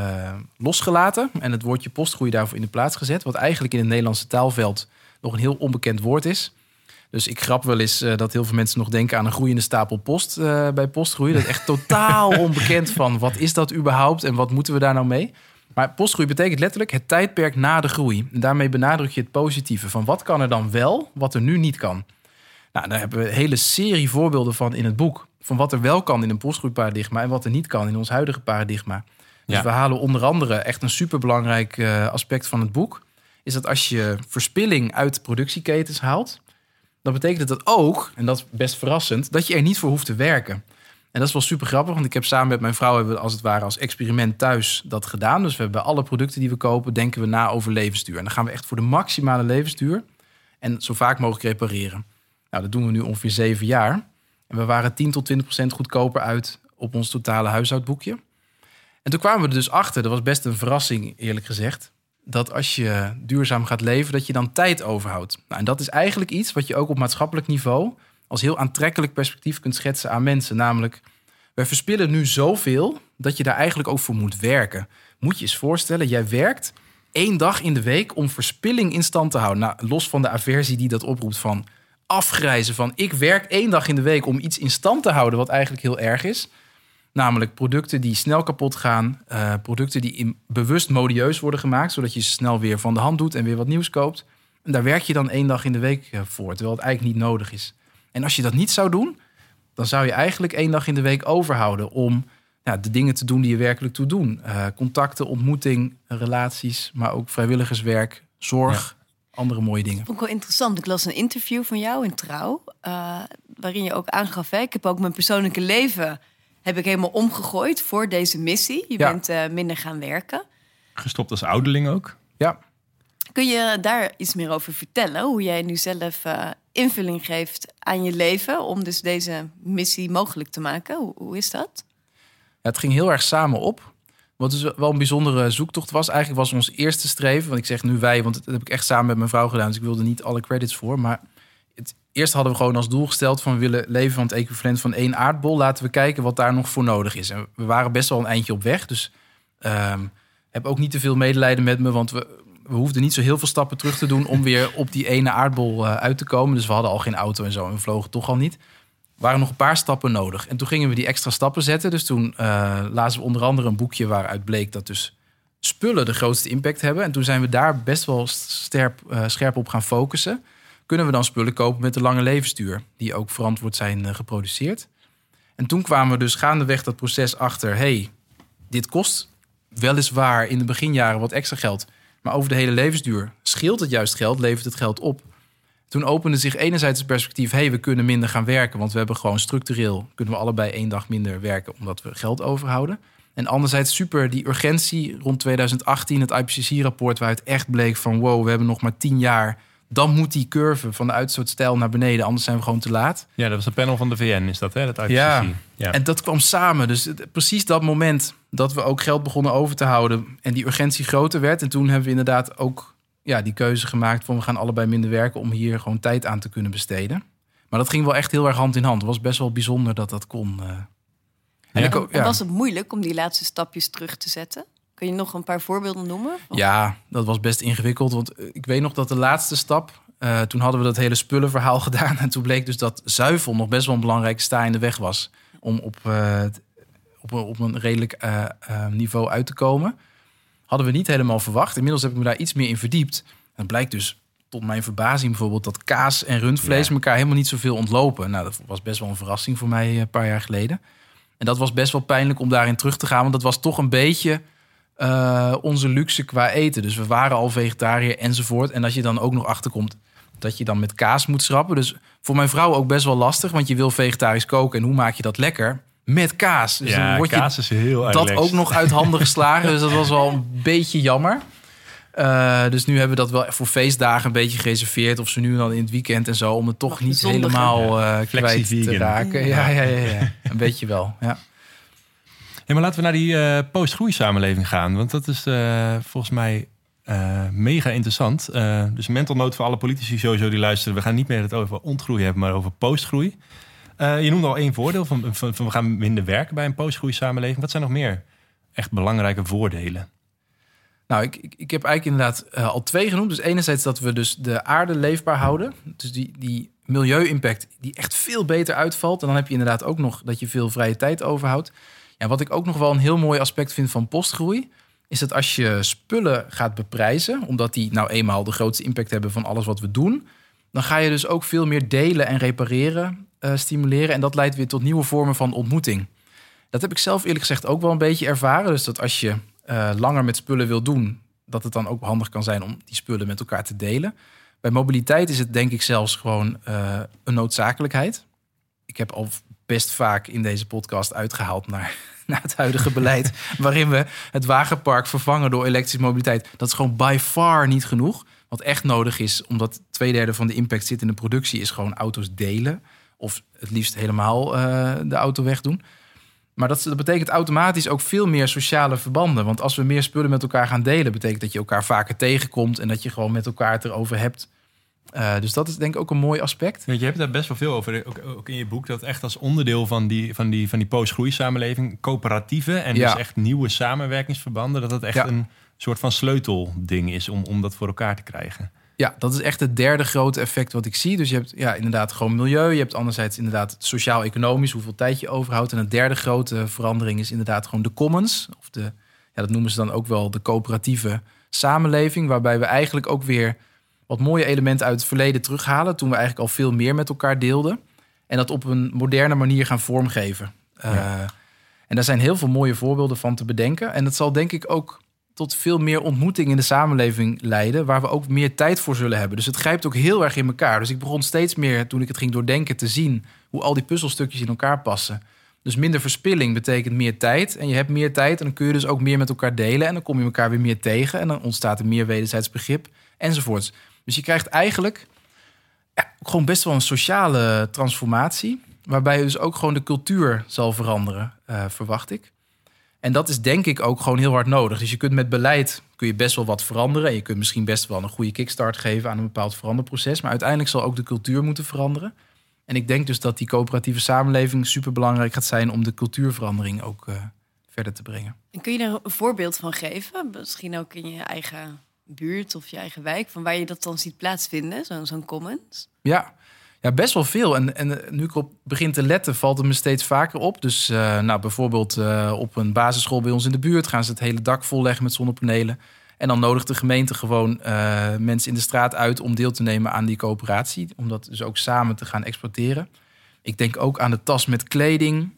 losgelaten en het woordje postgroei daarvoor in de plaats gezet, wat eigenlijk in het Nederlandse taalveld nog een heel onbekend woord is. Dus ik grap wel eens dat heel veel mensen nog denken aan een groeiende stapel post bij postgroei. Dat is echt totaal onbekend van wat is dat überhaupt en wat moeten we daar nou mee? Maar postgroei betekent letterlijk het tijdperk na de groei. En daarmee benadruk je het positieve van wat kan er dan wel, wat er nu niet kan. Nou, daar hebben we een hele serie voorbeelden van in het boek. Van wat er wel kan in een postgroeiparadigma en wat er niet kan in ons huidige paradigma. Dus we halen onder andere echt een superbelangrijk aspect van het boek. Is dat als je verspilling uit productieketens haalt, dan betekent dat ook, en dat is best verrassend, dat je er niet voor hoeft te werken. En dat is wel super grappig, want ik heb samen met mijn vrouw, hebben we als het ware als experiment thuis dat gedaan. Dus we hebben bij alle producten die we kopen, denken we na over levensduur. En dan gaan we echt voor de maximale levensduur en zo vaak mogelijk repareren. Nou, dat doen we nu ongeveer 7 jaar. En we waren 10 tot 20% goedkoper uit op ons totale huishoudboekje. En toen kwamen we er dus achter, dat was best een verrassing eerlijk gezegd, dat als je duurzaam gaat leven, dat je dan tijd overhoudt. Nou, en dat is eigenlijk iets wat je ook op maatschappelijk niveau als heel aantrekkelijk perspectief kunt schetsen aan mensen. Namelijk, we verspillen nu zoveel dat je daar eigenlijk ook voor moet werken. Moet je eens voorstellen, jij werkt 1 dag in de week om verspilling in stand te houden. Nou, los van de aversie die dat oproept van afgrijzen van ik werk 1 dag in de week om iets in stand te houden wat eigenlijk heel erg is. Namelijk producten die snel kapot gaan. Producten die bewust modieus worden gemaakt, zodat je ze snel weer van de hand doet en weer wat nieuws koopt. En daar werk je dan 1 dag in de week voor, terwijl het eigenlijk niet nodig is. En als je dat niet zou doen, dan zou je eigenlijk 1 dag in de week overhouden om de dingen te doen die je werkelijk toe doen. Contacten, ontmoeting, relaties, maar ook vrijwilligerswerk, zorg, andere mooie dingen. Dat vond ik wel interessant. Ik las een interview van jou in Trouw, waarin je ook aangaf, ik heb ook mijn persoonlijke leven heb ik helemaal omgegooid voor deze missie. Je bent minder gaan werken. Gestopt als ouderling ook. Ja. Kun je daar iets meer over vertellen? Hoe jij nu zelf invulling geeft aan je leven om dus deze missie mogelijk te maken? Hoe is dat? Ja, het ging heel erg samen op. Wat dus wel een bijzondere zoektocht was. Eigenlijk was ons eerste streven, want ik zeg nu wij, want dat heb ik echt samen met mijn vrouw gedaan. Dus ik wilde niet alle credits voor. Maar eerst hadden we gewoon als doel gesteld van we willen leven van het equivalent van 1 aardbol. Laten we kijken wat daar nog voor nodig is. En we waren best wel een eindje op weg. Dus heb ook niet te veel medelijden met me, want we hoefden niet zo heel veel stappen terug te doen om weer op die ene aardbol uit te komen. Dus we hadden al geen auto en zo en we vlogen toch al niet. Er waren nog een paar stappen nodig. En toen gingen we die extra stappen zetten. Dus toen lazen we onder andere een boekje waaruit bleek dat dus spullen de grootste impact hebben. En toen zijn we daar best wel scherp op gaan focussen. Kunnen we dan spullen kopen met een lange levensduur, die ook verantwoord zijn geproduceerd. En toen kwamen we dus gaandeweg dat proces achter, dit kost weliswaar in de beginjaren wat extra geld, maar over de hele levensduur scheelt het juist geld, levert het geld op. Toen opende zich enerzijds het perspectief, we kunnen minder gaan werken, want we hebben gewoon structureel, kunnen we allebei 1 dag minder werken, omdat we geld overhouden. En anderzijds super die urgentie rond 2018, het IPCC-rapport, waaruit echt bleek van wow, we hebben nog maar 10 jaar. Dan moet die curve van de uitstootstijl naar beneden, anders zijn we gewoon te laat. Ja, dat was een panel van de VN, is dat, hè? Dat IPCC. Ja, en dat kwam samen. Dus precies dat moment dat we ook geld begonnen over te houden en die urgentie groter werd. En toen hebben we inderdaad ook die keuze gemaakt van we gaan allebei minder werken om hier gewoon tijd aan te kunnen besteden. Maar dat ging wel echt heel erg hand in hand. Het was best wel bijzonder dat dat kon. En was het moeilijk om die laatste stapjes terug te zetten? Kun je nog een paar voorbeelden noemen? Ja, dat was best ingewikkeld. Want ik weet nog dat de laatste stap, toen hadden we dat hele spullenverhaal gedaan. En toen bleek dus dat zuivel nog best wel een belangrijke sta in de weg was. Om op een redelijk niveau uit te komen. Hadden we niet helemaal verwacht. Inmiddels heb ik me daar iets meer in verdiept. En het blijkt dus tot mijn verbazing bijvoorbeeld dat kaas en rundvlees elkaar helemaal niet zoveel ontlopen. Nou, dat was best wel een verrassing voor mij een paar jaar geleden. En dat was best wel pijnlijk om daarin terug te gaan. Want dat was toch een beetje onze luxe qua eten. Dus we waren al vegetariër enzovoort. En als je dan ook nog achterkomt dat je dan met kaas moet schrappen. Dus voor mijn vrouw ook best wel lastig. Want je wil vegetarisch koken. En hoe maak je dat lekker? Met kaas. Dus dan wordt kaas is heel dat relaxed. ook nog uit handen geslagen. Dus dat was wel een beetje jammer. Dus nu hebben we dat wel voor feestdagen een beetje gereserveerd. Of ze nu dan in het weekend en zo. Om het toch niet helemaal kwijt te raken. Ja. Een beetje wel, ja. Ja, maar laten we naar die post-groeisamenleving gaan. Want dat is volgens mij mega interessant. Dus een mental note voor alle politici sowieso die luisteren. We gaan niet meer het over ontgroei hebben, maar over postgroei. Je noemde al één voordeel van we gaan minder werken bij een postgroeisamenleving. Wat zijn nog meer echt belangrijke voordelen? Nou, ik heb eigenlijk inderdaad al 2 genoemd. Dus enerzijds dat we dus de aarde leefbaar houden. Dus die milieu-impact die echt veel beter uitvalt. En dan heb je inderdaad ook nog dat je veel vrije tijd overhoudt. Ja, wat ik ook nog wel een heel mooi aspect vind van postgroei, is dat als je spullen gaat beprijzen, omdat die nou eenmaal de grootste impact hebben van alles wat we doen, dan ga je dus ook veel meer delen en repareren stimuleren. En dat leidt weer tot nieuwe vormen van ontmoeting. Dat heb ik zelf eerlijk gezegd ook wel een beetje ervaren. Dus dat als je langer met spullen wil doen, dat het dan ook handig kan zijn om die spullen met elkaar te delen. Bij mobiliteit is het denk ik zelfs gewoon een noodzakelijkheid. Ik heb al best vaak in deze podcast uitgehaald naar het huidige beleid, waarin we het wagenpark vervangen door elektrische mobiliteit. Dat is gewoon by far niet genoeg. Wat echt nodig is, omdat 2/3 van de impact zit in de productie, is gewoon auto's delen. Of het liefst helemaal de auto wegdoen. Maar dat betekent automatisch ook veel meer sociale verbanden. Want als we meer spullen met elkaar gaan delen, betekent dat je elkaar vaker tegenkomt en dat je gewoon met elkaar het erover hebt. Dus dat is denk ik ook een mooi aspect. Je hebt daar best wel veel over, ook in je boek, dat echt als onderdeel van die post-groeisamenleving, coöperatieve en dus echt nieuwe samenwerkingsverbanden, dat echt een soort van sleutelding is om dat voor elkaar te krijgen. Ja, dat is echt het derde grote effect wat ik zie. Dus je hebt inderdaad gewoon milieu. Je hebt anderzijds inderdaad het sociaal-economisch, hoeveel tijd je overhoudt. En een derde grote verandering is inderdaad gewoon de commons. Of dat noemen ze dan ook wel de coöperatieve samenleving. Waarbij we eigenlijk ook weer wat mooie elementen uit het verleden terughalen. Toen we eigenlijk al veel meer met elkaar deelden. En dat op een moderne manier gaan vormgeven. En daar zijn heel veel mooie voorbeelden van te bedenken. En het zal denk ik ook tot veel meer ontmoeting in de samenleving leiden, waar we ook meer tijd voor zullen hebben. Dus het grijpt ook heel erg in elkaar. Dus ik begon steeds meer, toen ik het ging doordenken, te zien hoe al die puzzelstukjes in elkaar passen. Dus minder verspilling betekent meer tijd. En je hebt meer tijd en dan kun je dus ook meer met elkaar delen. En dan kom je elkaar weer meer tegen. En dan ontstaat er meer wederzijds begrip enzovoorts. Dus je krijgt eigenlijk gewoon best wel een sociale transformatie, waarbij dus ook gewoon de cultuur zal veranderen, verwacht ik. En dat is denk ik ook gewoon heel hard nodig. Dus je kunt met beleid best wel wat veranderen. En je kunt misschien best wel een goede kickstart geven aan een bepaald veranderproces. Maar uiteindelijk zal ook de cultuur moeten veranderen. En ik denk dus dat die coöperatieve samenleving superbelangrijk gaat zijn om de cultuurverandering ook verder te brengen. En kun je daar een voorbeeld van geven? Misschien ook in je eigen buurt of je eigen wijk, van waar je dat dan ziet plaatsvinden, zo'n commons? Ja, best wel veel. En nu ik op begin te letten, valt het me steeds vaker op. Dus bijvoorbeeld op een basisschool bij ons in de buurt gaan ze het hele dak volleggen met zonnepanelen. En dan nodigt de gemeente gewoon mensen in de straat uit om deel te nemen aan die coöperatie. Om dat dus ook samen te gaan exploiteren. Ik denk ook aan de tas met kleding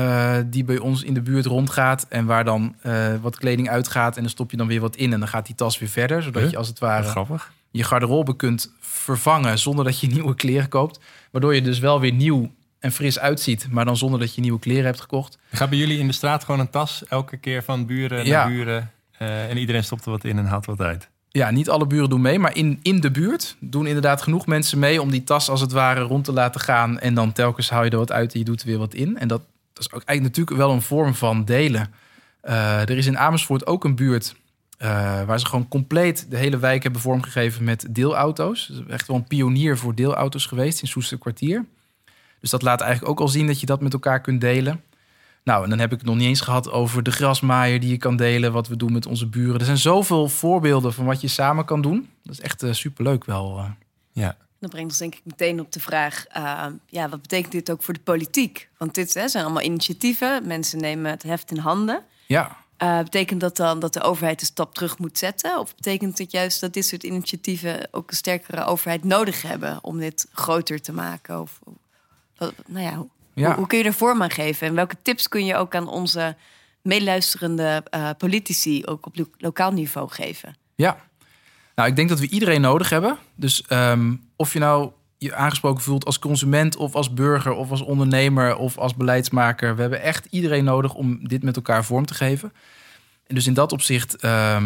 die bij ons in de buurt rondgaat. En waar dan wat kleding uitgaat en dan stop je dan weer wat in. En dan gaat die tas weer verder, zodat je als het ware grappig. Je garderobe kunt vervangen zonder dat je nieuwe kleren koopt. Waardoor je dus wel weer nieuw en fris uitziet, maar dan zonder dat je nieuwe kleren hebt gekocht. Gaat bij jullie in de straat gewoon een tas elke keer van buren naar buren en iedereen stopt er wat in en haalt wat uit? Ja, niet alle buren doen mee, maar in de buurt doen inderdaad genoeg mensen mee om die tas als het ware rond te laten gaan. En dan telkens haal je er wat uit en je doet er weer wat in. En dat is ook eigenlijk natuurlijk wel een vorm van delen. Er is in Amersfoort ook een buurt waar ze gewoon compleet de hele wijk hebben vormgegeven met deelauto's. Dus echt wel een pionier voor deelauto's geweest in Soesterkwartier. Dus dat laat eigenlijk ook al zien dat je dat met elkaar kunt delen. Nou, en dan heb ik het nog niet eens gehad over de grasmaaier die je kan delen, wat we doen met onze buren. Er zijn zoveel voorbeelden van wat je samen kan doen. Dat is echt superleuk wel. Ja. Dat brengt ons denk ik meteen op de vraag, wat betekent dit ook voor de politiek? Want dit zijn allemaal initiatieven. Mensen nemen het heft in handen. Ja. Betekent dat dan dat de overheid een stap terug moet zetten? Of betekent het juist dat dit soort initiatieven ook een sterkere overheid nodig hebben om dit groter te maken? Ja. Hoe kun je er vorm aan geven? En welke tips kun je ook aan onze meeluisterende politici ook op lokaal niveau geven? Ja, nou, ik denk dat we iedereen nodig hebben. Dus of je nou je aangesproken voelt als consument of als burger of als ondernemer of als beleidsmaker. We hebben echt iedereen nodig om dit met elkaar vorm te geven. En dus in dat opzicht,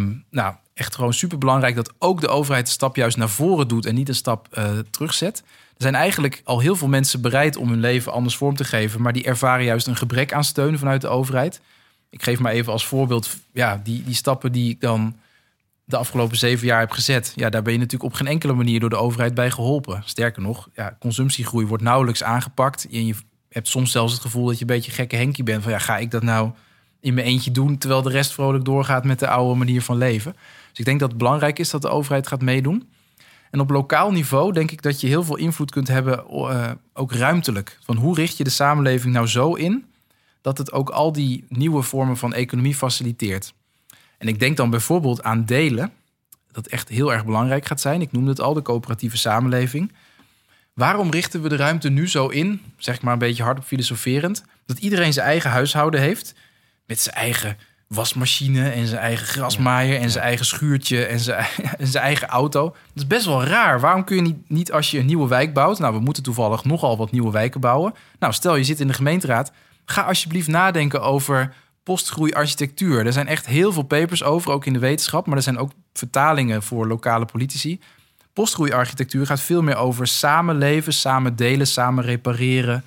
echt gewoon superbelangrijk dat ook de overheid de stap juist naar voren doet en niet een stap terugzet. Er zijn eigenlijk al heel veel mensen bereid om hun leven anders vorm te geven, maar die ervaren juist een gebrek aan steun vanuit de overheid. Ik geef maar even als voorbeeld, die stappen die ik dan de afgelopen 7 jaar heb gezet. Ja, daar ben je natuurlijk op geen enkele manier door de overheid bij geholpen. Sterker nog, consumptiegroei wordt nauwelijks aangepakt. En je hebt soms zelfs het gevoel dat je een beetje gekke Henkie bent. Van ga ik dat nou in mijn eentje doen, terwijl de rest vrolijk doorgaat met de oude manier van leven. Dus ik denk dat het belangrijk is dat de overheid gaat meedoen. En op lokaal niveau denk ik dat je heel veel invloed kunt hebben, ook ruimtelijk. Van hoe richt je de samenleving nou zo in dat het ook al die nieuwe vormen van economie faciliteert. En ik denk dan bijvoorbeeld aan delen, dat echt heel erg belangrijk gaat zijn. Ik noemde het al, de coöperatieve samenleving. Waarom richten we de ruimte nu zo in, zeg ik maar een beetje hardop filosoferend, dat iedereen zijn eigen huishouden heeft, met zijn eigen wasmachine en zijn eigen grasmaaier en zijn eigen schuurtje en zijn eigen auto. Dat is best wel raar. Waarom kun je niet als je een nieuwe wijk bouwt, nou, we moeten toevallig nogal wat nieuwe wijken bouwen. Nou, stel je zit in de gemeenteraad, ga alsjeblieft nadenken over postgroeiarchitectuur. Er zijn echt heel veel papers over, ook in de wetenschap, maar er zijn ook vertalingen voor lokale politici. Postgroeiarchitectuur gaat veel meer over samenleven, samen delen, samen repareren,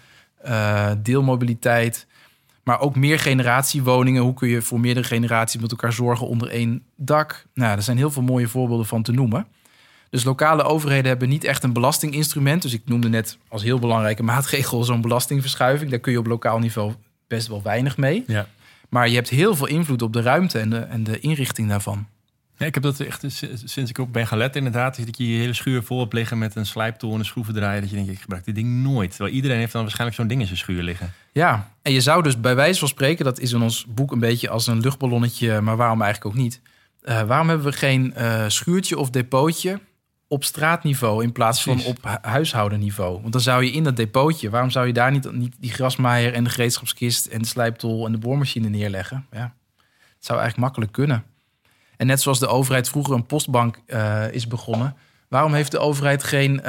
deelmobiliteit, maar ook meer generatiewoningen. Hoe kun je voor meerdere generaties met elkaar zorgen onder één dak? Nou, er zijn heel veel mooie voorbeelden van te noemen. Dus lokale overheden hebben niet echt een belastinginstrument. Dus ik noemde net als heel belangrijke maatregel zo'n belastingverschuiving. Daar kun je op lokaal niveau best wel weinig mee. Ja. Maar je hebt heel veel invloed op de ruimte en de inrichting daarvan. Ja, ik heb dat echt sinds ik op ben gaan letten inderdaad. Dat je hele schuur vol hebt liggen met een slijptol en een schroevendraaier. Dat je denkt, ik gebruik dit ding nooit. Terwijl iedereen heeft dan waarschijnlijk zo'n ding in zijn schuur liggen. Ja, en je zou dus bij wijze van spreken, dat is in ons boek een beetje als een luchtballonnetje, maar waarom eigenlijk ook niet? Waarom hebben we geen schuurtje of depootje op straatniveau in plaats van op huishoudenniveau? Want dan zou je in dat depootje, waarom zou je daar niet die grasmaaier en de gereedschapskist en de slijptol en de boormachine neerleggen? Ja, het zou eigenlijk makkelijk kunnen. En net zoals de overheid vroeger een postbank is begonnen, waarom heeft de overheid geen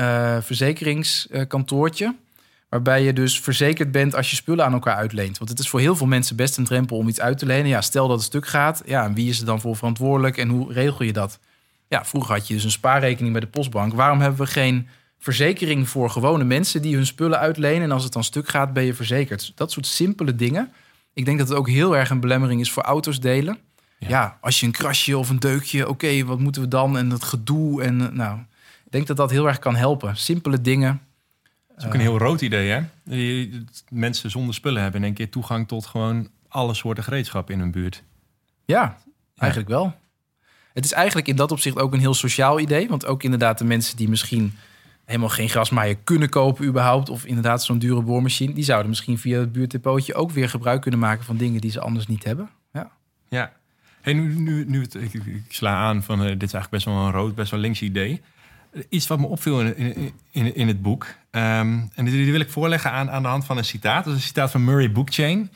verzekeringskantoortje waarbij je dus verzekerd bent als je spullen aan elkaar uitleent? Want het is voor heel veel mensen best een drempel om iets uit te lenen. Ja, stel dat het stuk gaat, en wie is er dan voor verantwoordelijk en hoe regel je dat? Ja, vroeger had je dus een spaarrekening bij de postbank. Waarom hebben we geen verzekering voor gewone mensen die hun spullen uitlenen en als het dan stuk gaat, ben je verzekerd? Dat soort simpele dingen. Ik denk dat het ook heel erg een belemmering is voor auto's delen. Ja, als je een krasje of een deukje, oké, wat moeten we dan? En dat gedoe. En ik denk dat dat heel erg kan helpen. Simpele dingen. Dat is ook een heel rood idee, hè? Mensen zonder spullen hebben in één keer toegang tot gewoon alle soorten gereedschap in hun buurt. Ja, eigenlijk wel. Het is eigenlijk in dat opzicht ook een heel sociaal idee. Want ook inderdaad de mensen die misschien helemaal geen grasmaaier kunnen kopen überhaupt, of inderdaad zo'n dure boormachine, die zouden misschien via het buurtdepootje ook weer gebruik kunnen maken van dingen die ze anders niet hebben. Ja. Hey, ik sla aan van dit is eigenlijk best wel een rood, best wel links idee. Iets wat me opviel in het boek. En die wil ik voorleggen aan de hand van een citaat. Dat is een citaat van Murray Bookchin.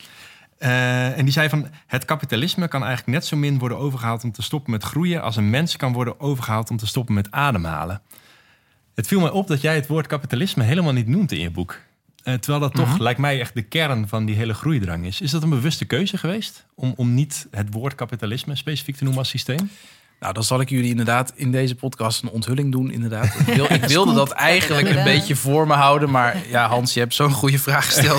En die zei van: het kapitalisme kan eigenlijk net zo min worden overgehaald om te stoppen met groeien als een mens kan worden overgehaald om te stoppen met ademhalen. Het viel mij op dat jij het woord kapitalisme helemaal niet noemt in je boek. Terwijl dat toch, lijkt mij, echt de kern van die hele groeidrang is. Is dat een bewuste keuze geweest om niet het woord kapitalisme specifiek te noemen als systeem? Nou, dan zal ik jullie inderdaad in deze podcast een onthulling doen, inderdaad. Ik wilde dat eigenlijk een beetje voor me houden. Maar ja, Hans, je hebt zo'n goede vraag gesteld.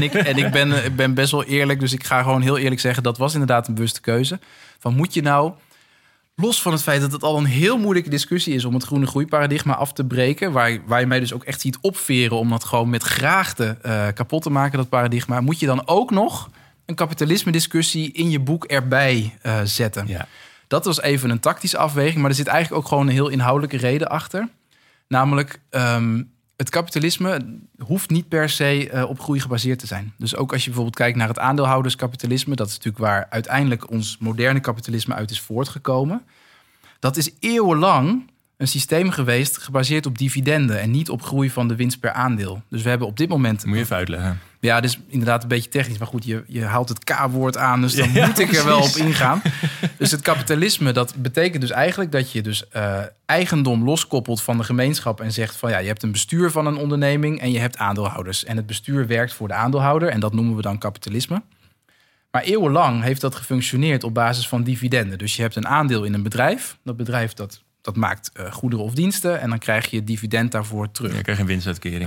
Ik ben best wel eerlijk, dus ik ga gewoon heel eerlijk zeggen, dat was inderdaad een bewuste keuze. Van moet je nou, los van het feit dat het al een heel moeilijke discussie is om het groene groeiparadigma af te breken, waar je mij dus ook echt ziet opveren om dat gewoon met graagte kapot te maken, dat paradigma, moet je dan ook nog een kapitalisme-discussie in je boek erbij zetten. Ja. Dat was even een tactische afweging, maar er zit eigenlijk ook gewoon een heel inhoudelijke reden achter. Namelijk, het kapitalisme hoeft niet per se op groei gebaseerd te zijn. Dus ook als je bijvoorbeeld kijkt naar het aandeelhouderskapitalisme, dat is natuurlijk waar uiteindelijk ons moderne kapitalisme uit is voortgekomen. Dat is eeuwenlang een systeem geweest gebaseerd op dividenden en niet op groei van de winst per aandeel. Dus we hebben op dit moment... Moet je even uitleggen. Ja, dus inderdaad een beetje technisch. Maar goed, je haalt het K-woord aan, dus dan moet ik er wel op ingaan. Dus het kapitalisme, dat betekent dus eigenlijk dat je dus eigendom loskoppelt van de gemeenschap en zegt van ja, je hebt een bestuur van een onderneming en je hebt aandeelhouders. En het bestuur werkt voor de aandeelhouder en dat noemen we dan kapitalisme. Maar eeuwenlang heeft dat gefunctioneerd op basis van dividenden. Dus je hebt een aandeel in een bedrijf. Dat bedrijf dat maakt goederen of diensten en dan krijg je dividend daarvoor terug. Je krijgt een winstuitkering.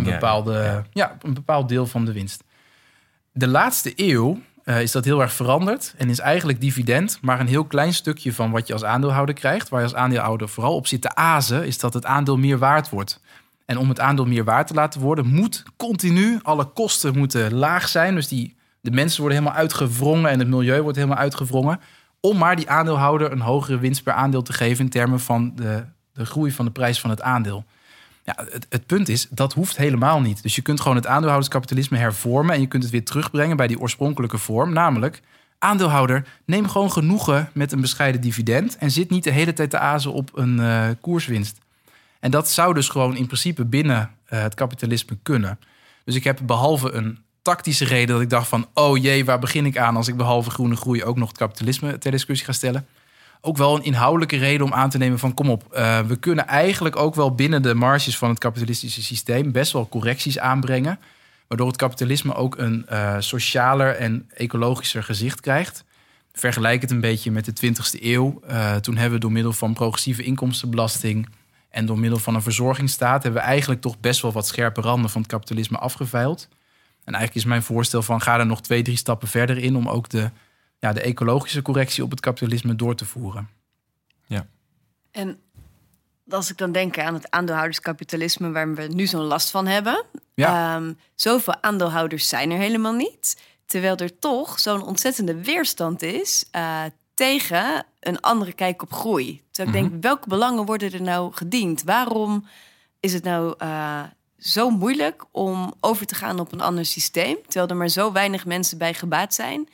Een bepaald deel van de winst. De laatste eeuw is dat heel erg veranderd en is eigenlijk dividend maar een heel klein stukje van wat je als aandeelhouder krijgt. Waar je als aandeelhouder vooral op zit te azen, is dat het aandeel meer waard wordt. En om het aandeel meer waard te laten worden, moet continu alle kosten moeten laag zijn. Dus de mensen worden helemaal uitgewrongen en het milieu wordt helemaal uitgewrongen. Om maar die aandeelhouder een hogere winst per aandeel te geven in termen van de groei van de prijs van het aandeel. Ja, het punt is, dat hoeft helemaal niet. Dus je kunt gewoon het aandeelhouderskapitalisme hervormen en je kunt het weer terugbrengen bij die oorspronkelijke vorm. Namelijk, aandeelhouder, neem gewoon genoegen met een bescheiden dividend en zit niet de hele tijd te azen op een koerswinst. En dat zou dus gewoon in principe binnen het kapitalisme kunnen. Dus ik heb behalve een tactische reden dat ik dacht van oh jee, waar begin ik aan als ik behalve groene groei ook nog het kapitalisme ter discussie ga stellen. Ook wel een inhoudelijke reden om aan te nemen van kom op, we kunnen eigenlijk ook wel binnen de marges van het kapitalistische systeem best wel correcties aanbrengen, waardoor het kapitalisme ook een socialer en ecologischer gezicht krijgt. Vergelijk het een beetje met de 20e eeuw. Toen hebben we door middel van progressieve inkomstenbelasting en door middel van een verzorgingsstaat hebben we eigenlijk toch best wel wat scherpe randen van het kapitalisme afgeveild. En eigenlijk is mijn voorstel van ga er nog 2-3 stappen verder in om ook de ecologische correctie op het kapitalisme door te voeren. Ja. En als ik dan denk aan het aandeelhouderskapitalisme waar we nu zo'n last van hebben. Ja. Zoveel aandeelhouders zijn er helemaal niet. Terwijl er toch zo'n ontzettende weerstand is tegen een andere kijk op groei. Terwijl ik denk, welke belangen worden er nou gediend? Waarom is het nou zo moeilijk om over te gaan op een ander systeem? Terwijl er maar zo weinig mensen bij gebaat zijn.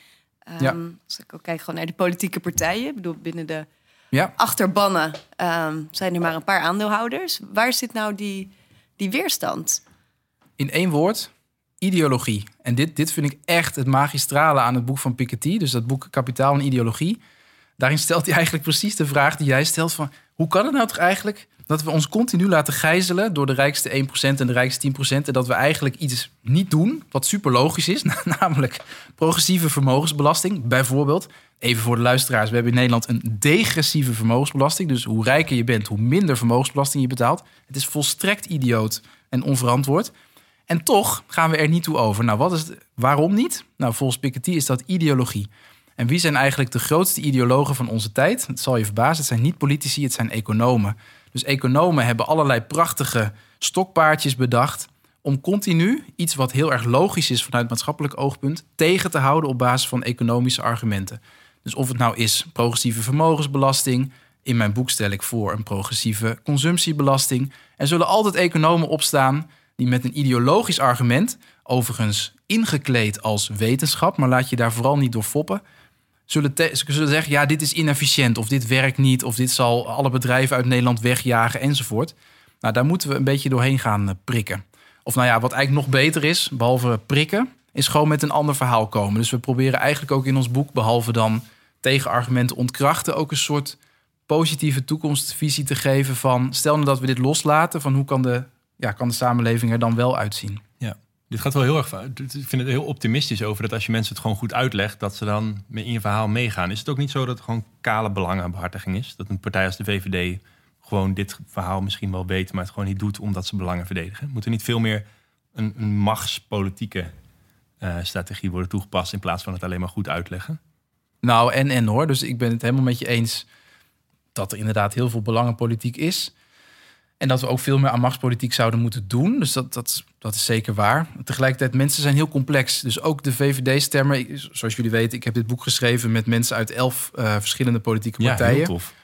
Als ik ook kijk gewoon naar de politieke partijen. Ik bedoel, binnen de achterbannen zijn er maar een paar aandeelhouders. Waar zit nou die weerstand? In één woord, ideologie. En dit vind ik echt het magistrale aan het boek van Piketty. Dus dat boek Kapitaal en Ideologie. Daarin stelt hij eigenlijk precies de vraag die jij stelt van hoe kan het nou toch eigenlijk dat we ons continu laten gijzelen door de rijkste 1% en de rijkste 10%... en dat we eigenlijk iets niet doen wat super logisch is, namelijk progressieve vermogensbelasting, bijvoorbeeld. Even voor de luisteraars, we hebben in Nederland een degressieve vermogensbelasting. Dus hoe rijker je bent, hoe minder vermogensbelasting je betaalt. Het is volstrekt idioot en onverantwoord. En toch gaan we er niet toe over. Nou, waarom niet? Nou, volgens Piketty is dat ideologie. En wie zijn eigenlijk de grootste ideologen van onze tijd? Het zal je verbazen, het zijn niet politici, het zijn economen. Dus economen hebben allerlei prachtige stokpaardjes bedacht om continu iets wat heel erg logisch is vanuit maatschappelijk oogpunt tegen te houden op basis van economische argumenten. Dus of het nou is progressieve vermogensbelasting, in mijn boek stel ik voor een progressieve consumptiebelasting. Er zullen altijd economen opstaan die met een ideologisch argument, overigens ingekleed als wetenschap, maar laat je daar vooral niet door foppen, zullen zeggen, ja, dit is inefficiënt of dit werkt niet of dit zal alle bedrijven uit Nederland wegjagen enzovoort. Nou, daar moeten we een beetje doorheen gaan prikken. Of nou ja, wat eigenlijk nog beter is, behalve prikken, is gewoon met een ander verhaal komen. Dus we proberen eigenlijk ook in ons boek, behalve dan tegenargumenten ontkrachten, ook een soort positieve toekomstvisie te geven van, stel nou dat we dit loslaten, van hoe kan de samenleving er dan wel uitzien? Ja. Dit gaat wel heel erg. Ik vind het heel optimistisch over dat als je mensen het gewoon goed uitlegt, dat ze dan in je verhaal meegaan. Is het ook niet zo dat het gewoon kale belangenbehartiging is? Dat een partij als de VVD gewoon dit verhaal misschien wel weet, maar het gewoon niet doet omdat ze belangen verdedigen? Moet er niet veel meer een machtspolitieke strategie worden toegepast in plaats van het alleen maar goed uitleggen? Nou, en hoor. Dus ik ben het helemaal met je eens dat er inderdaad heel veel belangenpolitiek is. En dat we ook veel meer aan machtspolitiek zouden moeten doen. Dus dat is zeker waar. Tegelijkertijd, mensen zijn heel complex. Dus ook de VVD-stemmer, zoals jullie weten, ik heb dit boek geschreven met mensen uit 11 verschillende politieke partijen. Ja, heel tof.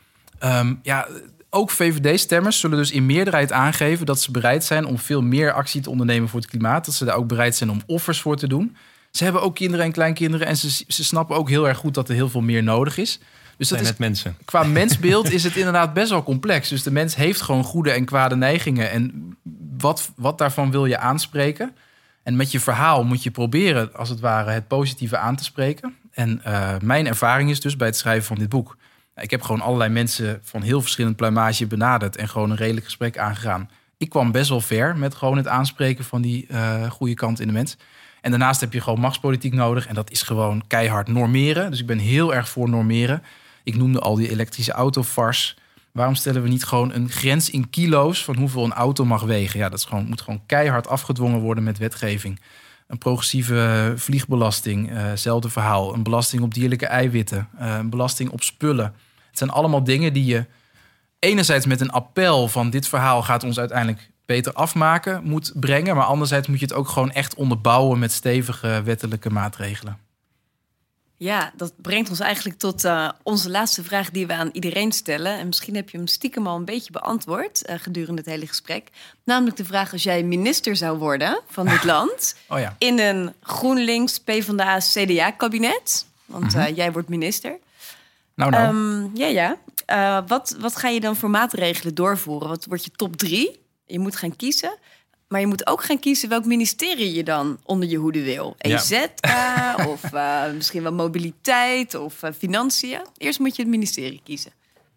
Ook VVD-stemmers zullen dus in meerderheid aangeven dat ze bereid zijn om veel meer actie te ondernemen voor het klimaat. Dat ze daar ook bereid zijn om offers voor te doen. Ze hebben ook kinderen en kleinkinderen en ze snappen ook heel erg goed dat er heel veel meer nodig is. Dus dat is, mensen. Qua mensbeeld is het inderdaad best wel complex. Dus de mens heeft gewoon goede en kwade neigingen. En wat daarvan wil je aanspreken? En met je verhaal moet je proberen, als het ware, het positieve aan te spreken. En mijn ervaring is dus bij het schrijven van dit boek. Ik heb gewoon allerlei mensen van heel verschillend pluimage benaderd en gewoon een redelijk gesprek aangegaan. Ik kwam best wel ver met gewoon het aanspreken van die goede kant in de mens. En daarnaast heb je gewoon machtspolitiek nodig. En dat is gewoon keihard normeren. Dus ik ben heel erg voor normeren. Ik noemde al die elektrische autofars. Waarom stellen we niet gewoon een grens in kilo's van hoeveel een auto mag wegen? Ja, dat moet gewoon keihard afgedwongen worden met wetgeving. Een progressieve vliegbelasting, hetzelfde verhaal. Een belasting op dierlijke eiwitten. Een belasting op spullen. Het zijn allemaal dingen die je enerzijds met een appel van dit verhaal gaat ons uiteindelijk beter afmaken moet brengen. Maar anderzijds moet je het ook gewoon echt onderbouwen met stevige wettelijke maatregelen. Ja, dat brengt ons eigenlijk tot onze laatste vraag die we aan iedereen stellen. En misschien heb je hem stiekem al een beetje beantwoord gedurende het hele gesprek. Namelijk de vraag: als jij minister zou worden van dit land in een GroenLinks, PvdA, CDA-kabinet. Want jij wordt minister. Wat ga je dan voor maatregelen doorvoeren? Wat wordt je top 3? Je moet gaan kiezen. Maar je moet ook gaan kiezen welk ministerie je dan onder je hoede wil. EZK of misschien wel mobiliteit of financiën. Eerst moet je het ministerie kiezen.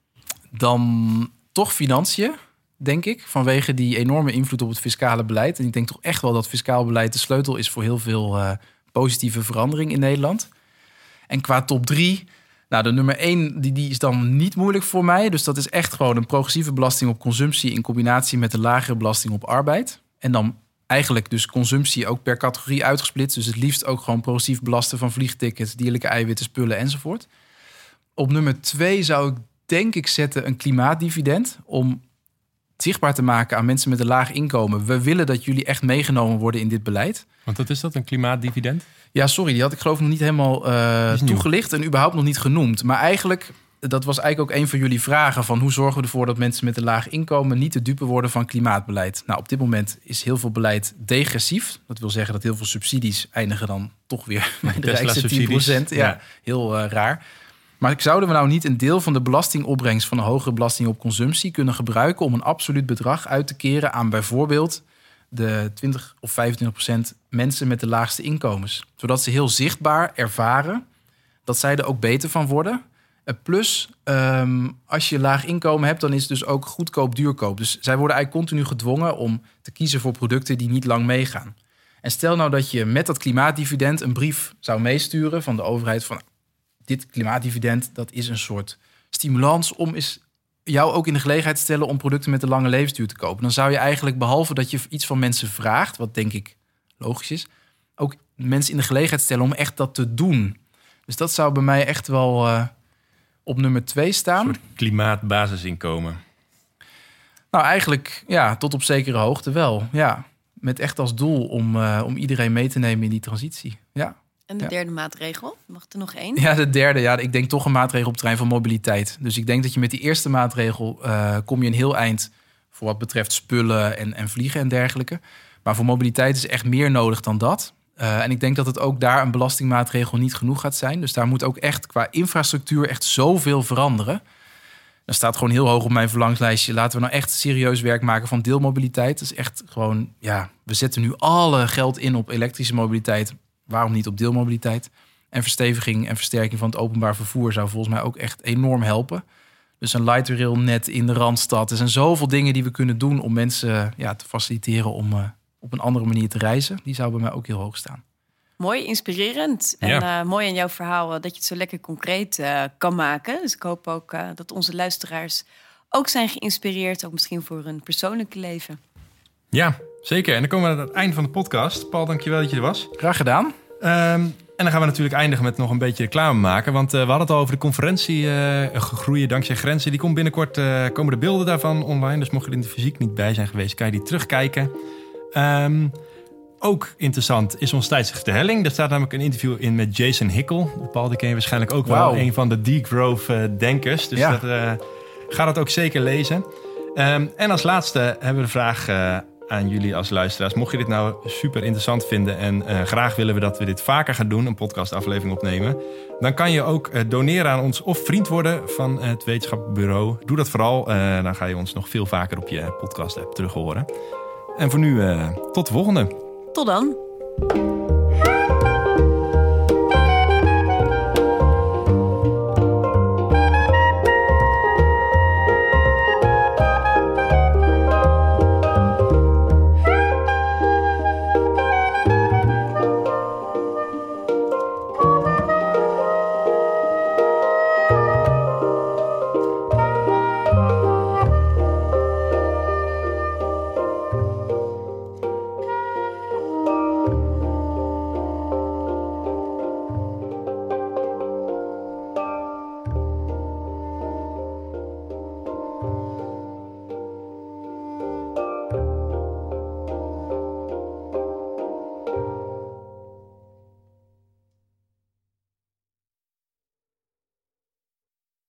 Dan toch financiën, denk ik. Vanwege die enorme invloed op het fiscale beleid. En ik denk toch echt wel dat fiscaal beleid de sleutel is voor heel veel positieve verandering in Nederland. En qua top 3... Nou, de nummer 1 die is dan niet moeilijk voor mij. Dus dat is echt gewoon een progressieve belasting op consumptie in combinatie met een lagere belasting op arbeid. En dan eigenlijk dus consumptie ook per categorie uitgesplitst. Dus het liefst ook gewoon progressief belasten van vliegtickets, dierlijke eiwitten, spullen enzovoort. Op nummer 2 zou ik denk ik zetten een klimaatdividend om zichtbaar te maken aan mensen met een laag inkomen. We willen dat jullie echt meegenomen worden in dit beleid. Want wat is dat, een klimaatdividend? Ja, sorry, die had ik geloof nog niet helemaal toegelicht en überhaupt nog niet genoemd. Maar eigenlijk, dat was eigenlijk ook een van jullie vragen van hoe zorgen we ervoor dat mensen met een laag inkomen niet de dupe worden van klimaatbeleid. Nou, op dit moment is heel veel beleid degressief. Dat wil zeggen dat heel veel subsidies eindigen dan toch weer bij de rijkste 10%. Ja, heel raar. Maar zouden we nou niet een deel van de belastingopbrengst van een hogere belasting op consumptie kunnen gebruiken om een absoluut bedrag uit te keren aan bijvoorbeeld de 20 of 25% mensen met de laagste inkomens. Zodat ze heel zichtbaar ervaren dat zij er ook beter van worden. Plus, als je laag inkomen hebt, dan is het dus ook goedkoop duurkoop. Dus zij worden eigenlijk continu gedwongen om te kiezen voor producten die niet lang meegaan. En stel nou dat je met dat klimaatdividend een brief zou meesturen van de overheid van dit klimaatdividend, dat is een soort stimulans om jou ook in de gelegenheid te stellen om producten met een lange levensduur te kopen. Dan zou je eigenlijk, behalve dat je iets van mensen vraagt, wat denk ik logisch is, ook mensen in de gelegenheid stellen om echt dat te doen. Dus dat zou bij mij echt wel op nummer 2 staan. Een soort klimaatbasisinkomen. Nou, eigenlijk ja, tot op zekere hoogte wel. Ja, met echt als doel om iedereen mee te nemen in die transitie. Ja. En de derde maatregel? Mag er nog 1? Ja, de derde. Ik denk toch een maatregel op het terrein van mobiliteit. Dus ik denk dat je met die eerste maatregel kom je een heel eind voor wat betreft spullen en vliegen en dergelijke. Maar voor mobiliteit is echt meer nodig dan dat. En ik denk dat het ook daar een belastingmaatregel niet genoeg gaat zijn. Dus daar moet ook echt qua infrastructuur echt zoveel veranderen. Dat staat gewoon heel hoog op mijn verlanglijstje. Laten we nou echt serieus werk maken van deelmobiliteit. Dat is echt gewoon, ja, we zetten nu alle geld in op elektrische mobiliteit. Waarom niet op deelmobiliteit? En versteviging en versterking van het openbaar vervoer zou volgens mij ook echt enorm helpen. Dus een light rail net in de Randstad. Er zijn zoveel dingen die we kunnen doen om mensen te faciliteren om op een andere manier te reizen. Die zou bij mij ook heel hoog staan. Mooi, inspirerend. En mooi aan jouw verhaal dat je het zo lekker concreet kan maken. Dus ik hoop ook dat onze luisteraars ook zijn geïnspireerd. Ook misschien voor hun persoonlijke leven. Ja, zeker. En dan komen we aan het einde van de podcast. Paul, dankjewel dat je er was. Graag gedaan. En dan gaan we natuurlijk eindigen met nog een beetje reclame maken. Want we hadden het al over de conferentie Groeien dankzij grenzen. Die komt binnenkort, komen de beelden daarvan online. Dus mocht je er in de fysiek niet bij zijn geweest, kan je die terugkijken. Ook interessant is ons tijdschrift De Helling. Daar staat namelijk een interview in met Jason Hickel. Paul, die ken je waarschijnlijk ook wel. Een van de degrowth denkers. Dus ga dat ook zeker lezen. En als laatste hebben we de vraag aan jullie als luisteraars. Mocht je dit nou super interessant vinden en graag willen we dat we dit vaker gaan doen, een podcastaflevering opnemen, dan kan je ook doneren aan ons of vriend worden van het Wetenschapbureau. Doe dat vooral. Dan ga je ons nog veel vaker op je podcast-app terug horen. En voor nu, tot de volgende. Tot dan. Doei.